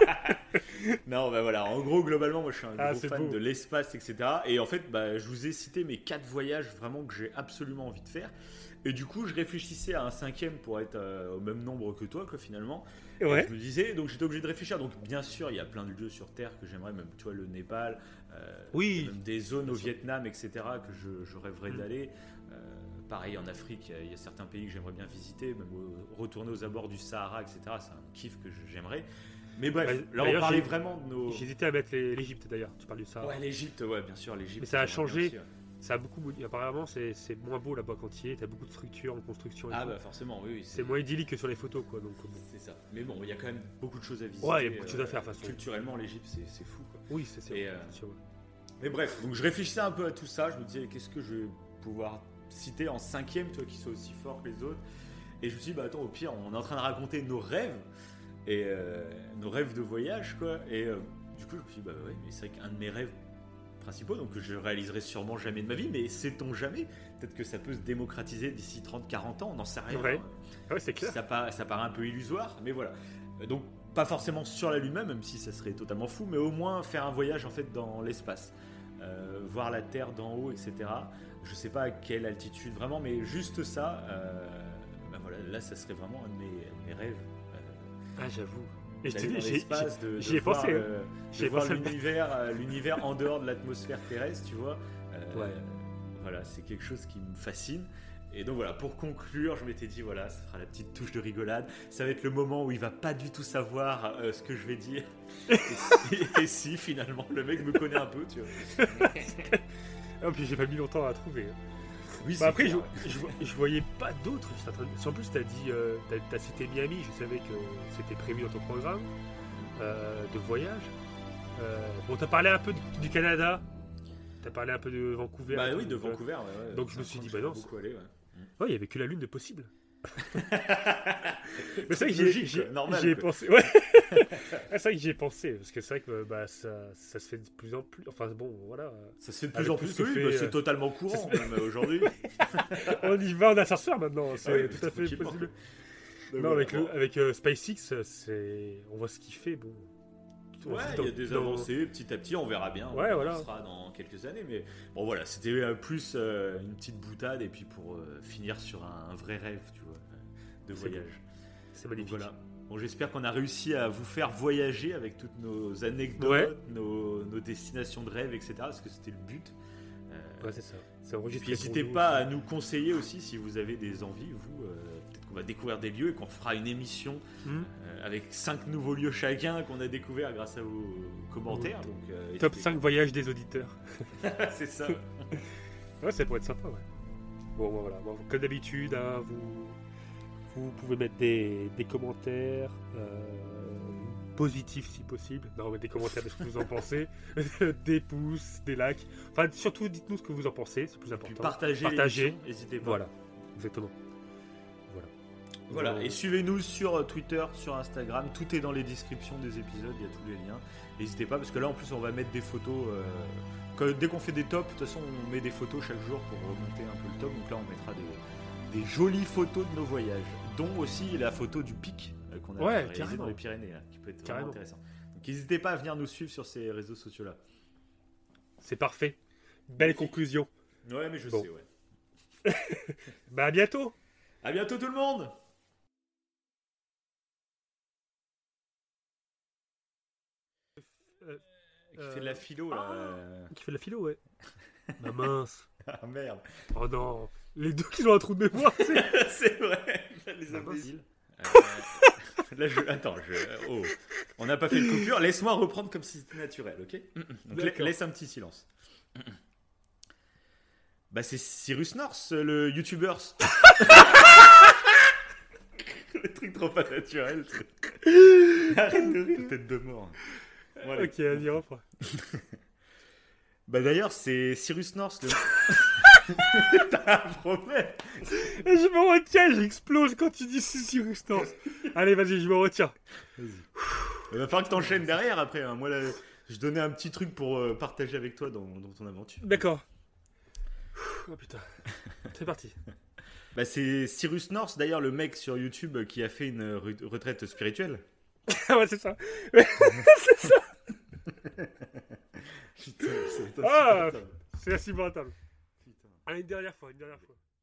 Non, bah voilà. En gros, globalement, moi, je suis un gros fan beau. de l'espace, etc. Et en fait, bah, je vous ai cité mes 4 voyages vraiment que j'ai absolument envie de faire. Et du coup, je réfléchissais à un 5e pour être au même nombre que toi, quoi, finalement. Ouais. Et je me disais, donc j'étais obligé de réfléchir. Donc, bien sûr, il y a plein de lieux sur Terre que j'aimerais, même, tu vois, le Népal, oui. même des zones au Vietnam, etc., que je rêverais d'aller. Pareil, en Afrique, il y a certains pays que j'aimerais bien visiter, même retourner aux abords du Sahara, etc. C'est un kiff que j'aimerais. Mais bref, là, on parlait vraiment de nos. J'hésitais à mettre l'Égypte d'ailleurs. Tu parles du Sahara. Ouais, l'Égypte, ouais, bien sûr, l'Égypte. Mais ça a changé. Aussi, ouais. Ça a beaucoup. Apparemment, c'est moins beau là-bas quand il y est. T'as beaucoup de structures en construction. Ah, bah forcément, oui. C'est moins idyllique que sur les photos, quoi. Donc, bon. C'est ça. Mais bon, il y a quand même beaucoup de choses à visiter. Ouais, il y a beaucoup de choses à faire, de toute façon. Culturellement, l'Égypte, c'est fou, quoi. Oui, c'est sûr. Ouais. Mais bref, donc je réfléchissais un peu à tout ça. Je me disais, qu'est-ce que je vais pouvoir citer en 5e, toi, qui soit aussi fort que les autres. Et je me suis dit, bah attends, au pire, on est en train de raconter nos rêves. Et nos rêves de voyage, quoi. Et du coup, je me suis dit, bah ouais, mais c'est vrai qu'un de mes rêves principaux, donc que je réaliserai sûrement jamais de ma vie, mais sait-on jamais, peut-être que ça peut se démocratiser d'ici 30-40 ans, on n'en sait rien. Ouais, c'est clair. Ça paraît un peu illusoire, mais voilà. Donc, pas forcément sur la Lune même si ça serait totalement fou, mais au moins faire un voyage en fait dans l'espace. Voir la Terre d'en haut, etc. Je sais pas à quelle altitude vraiment, mais juste ça, bah voilà, là ça serait vraiment un de mes rêves. Ah, j'avoue. Et j'y ai pensé. J'ai voir l'univers en dehors de l'atmosphère terrestre, tu vois. Ouais. Voilà, c'est quelque chose qui me fascine. Et donc voilà, pour conclure, je m'étais dit, voilà, ça fera la petite touche de rigolade. Ça va être le moment où il va pas du tout savoir ce que je vais dire. Et si, finalement, le mec me connaît un peu, tu vois. Ah, puis j'ai pas mis longtemps à trouver. Oui, après, clair, je voyais pas d'autres. En plus, t'as cité Miami, je savais que c'était prévu dans ton programme de voyage. Bon, t'as parlé un peu du Canada. T'as parlé un peu de Vancouver. Bah oui, de Vancouver, ouais. Donc je me suis dit, bah non. Ouais, il y avait que la Lune de possible. Mais c'est vrai que j'y ai pensé. Ouais. C'est vrai que j'y ai pensé parce que c'est vrai que ça se fait de plus en plus. Enfin bon, voilà. Ça se fait de plus en plus. C'est totalement courant même aujourd'hui. On y va en ascenseur maintenant. C'est tout à fait possible. Non, avec SpaceX, on voit ce qu'il fait. Bon. Ouais, il y a des avancées, petit à petit, on verra bien. Ouais, on sera dans quelques années, mais bon voilà, c'était plus une petite boutade et puis pour finir sur un vrai rêve, tu vois, de voyage. C'est magnifique. Donc, voilà. Bon, j'espère qu'on a réussi à vous faire voyager avec toutes nos anecdotes, nos destinations de rêve, etc. Parce que c'était le but. Ouais, c'est ça. N'hésitez pas à nous conseiller aussi si vous avez des envies, vous. Peut-être qu'on va découvrir des lieux et qu'on fera une émission avec 5 nouveaux lieux chacun qu'on a découvert grâce à vos commentaires. Donc, top 5 voyages des auditeurs. C'est ça. Ouais, ça pourrait être sympa, ouais. Bon, voilà. Bon, comme d'habitude, hein, vous pouvez mettre des commentaires positifs si possible. Non, mais des commentaires de ce que vous en pensez. Des pouces, des likes. Enfin, surtout, dites-nous ce que vous en pensez, c'est plus important. Partagez. N'hésitez pas. Voilà, exactement. Voilà, et suivez-nous sur Twitter, sur Instagram, tout est dans les descriptions des épisodes, il y a tous les liens. N'hésitez pas, parce que là en plus on va mettre des photos, dès qu'on fait des tops, de toute façon on met des photos chaque jour pour remonter un peu le top, donc là on mettra des jolies photos de nos voyages, dont aussi la photo du pic qu'on a réalisé dans les Pyrénées, là, qui peut être vraiment intéressant. Donc n'hésitez pas à venir nous suivre sur ces réseaux sociaux là. C'est parfait, belle conclusion. Ouais, mais je sais, ouais. Bah à bientôt. À bientôt tout le monde. Qui fait de la philo là. Qui fait de la philo, ouais. Bah mince. Ah merde. Oh non. Les deux qui ont un trou de mémoire. C'est vrai. Les imbéciles. Attends, on n'a pas fait de coupure. Laisse-moi reprendre comme si c'était naturel, ok? Donc laisse un petit silence. Bah c'est Cyrus North, le youtubeur. Le truc trop pas naturel. Arrête de rire, tête de mort. Bon, allez. Ok, vas-y, reprends. Bah d'ailleurs, c'est Cyrus North. T'as un problème. Et je me retiens, j'explose quand tu dis Cyrus North. Allez, vas-y, je me retiens. Vas-y. Il va falloir que t'enchaînes derrière après. Hein. Moi, là, je donnais un petit truc pour partager avec toi dans ton aventure. D'accord. Oh putain. C'est parti. Bah, c'est Cyrus North, d'ailleurs, le mec sur YouTube qui a fait une retraite spirituelle. Ah ouais, c'est ça. C'est ça. Putain, Ah, c'est insupportable. Allez, une dernière fois.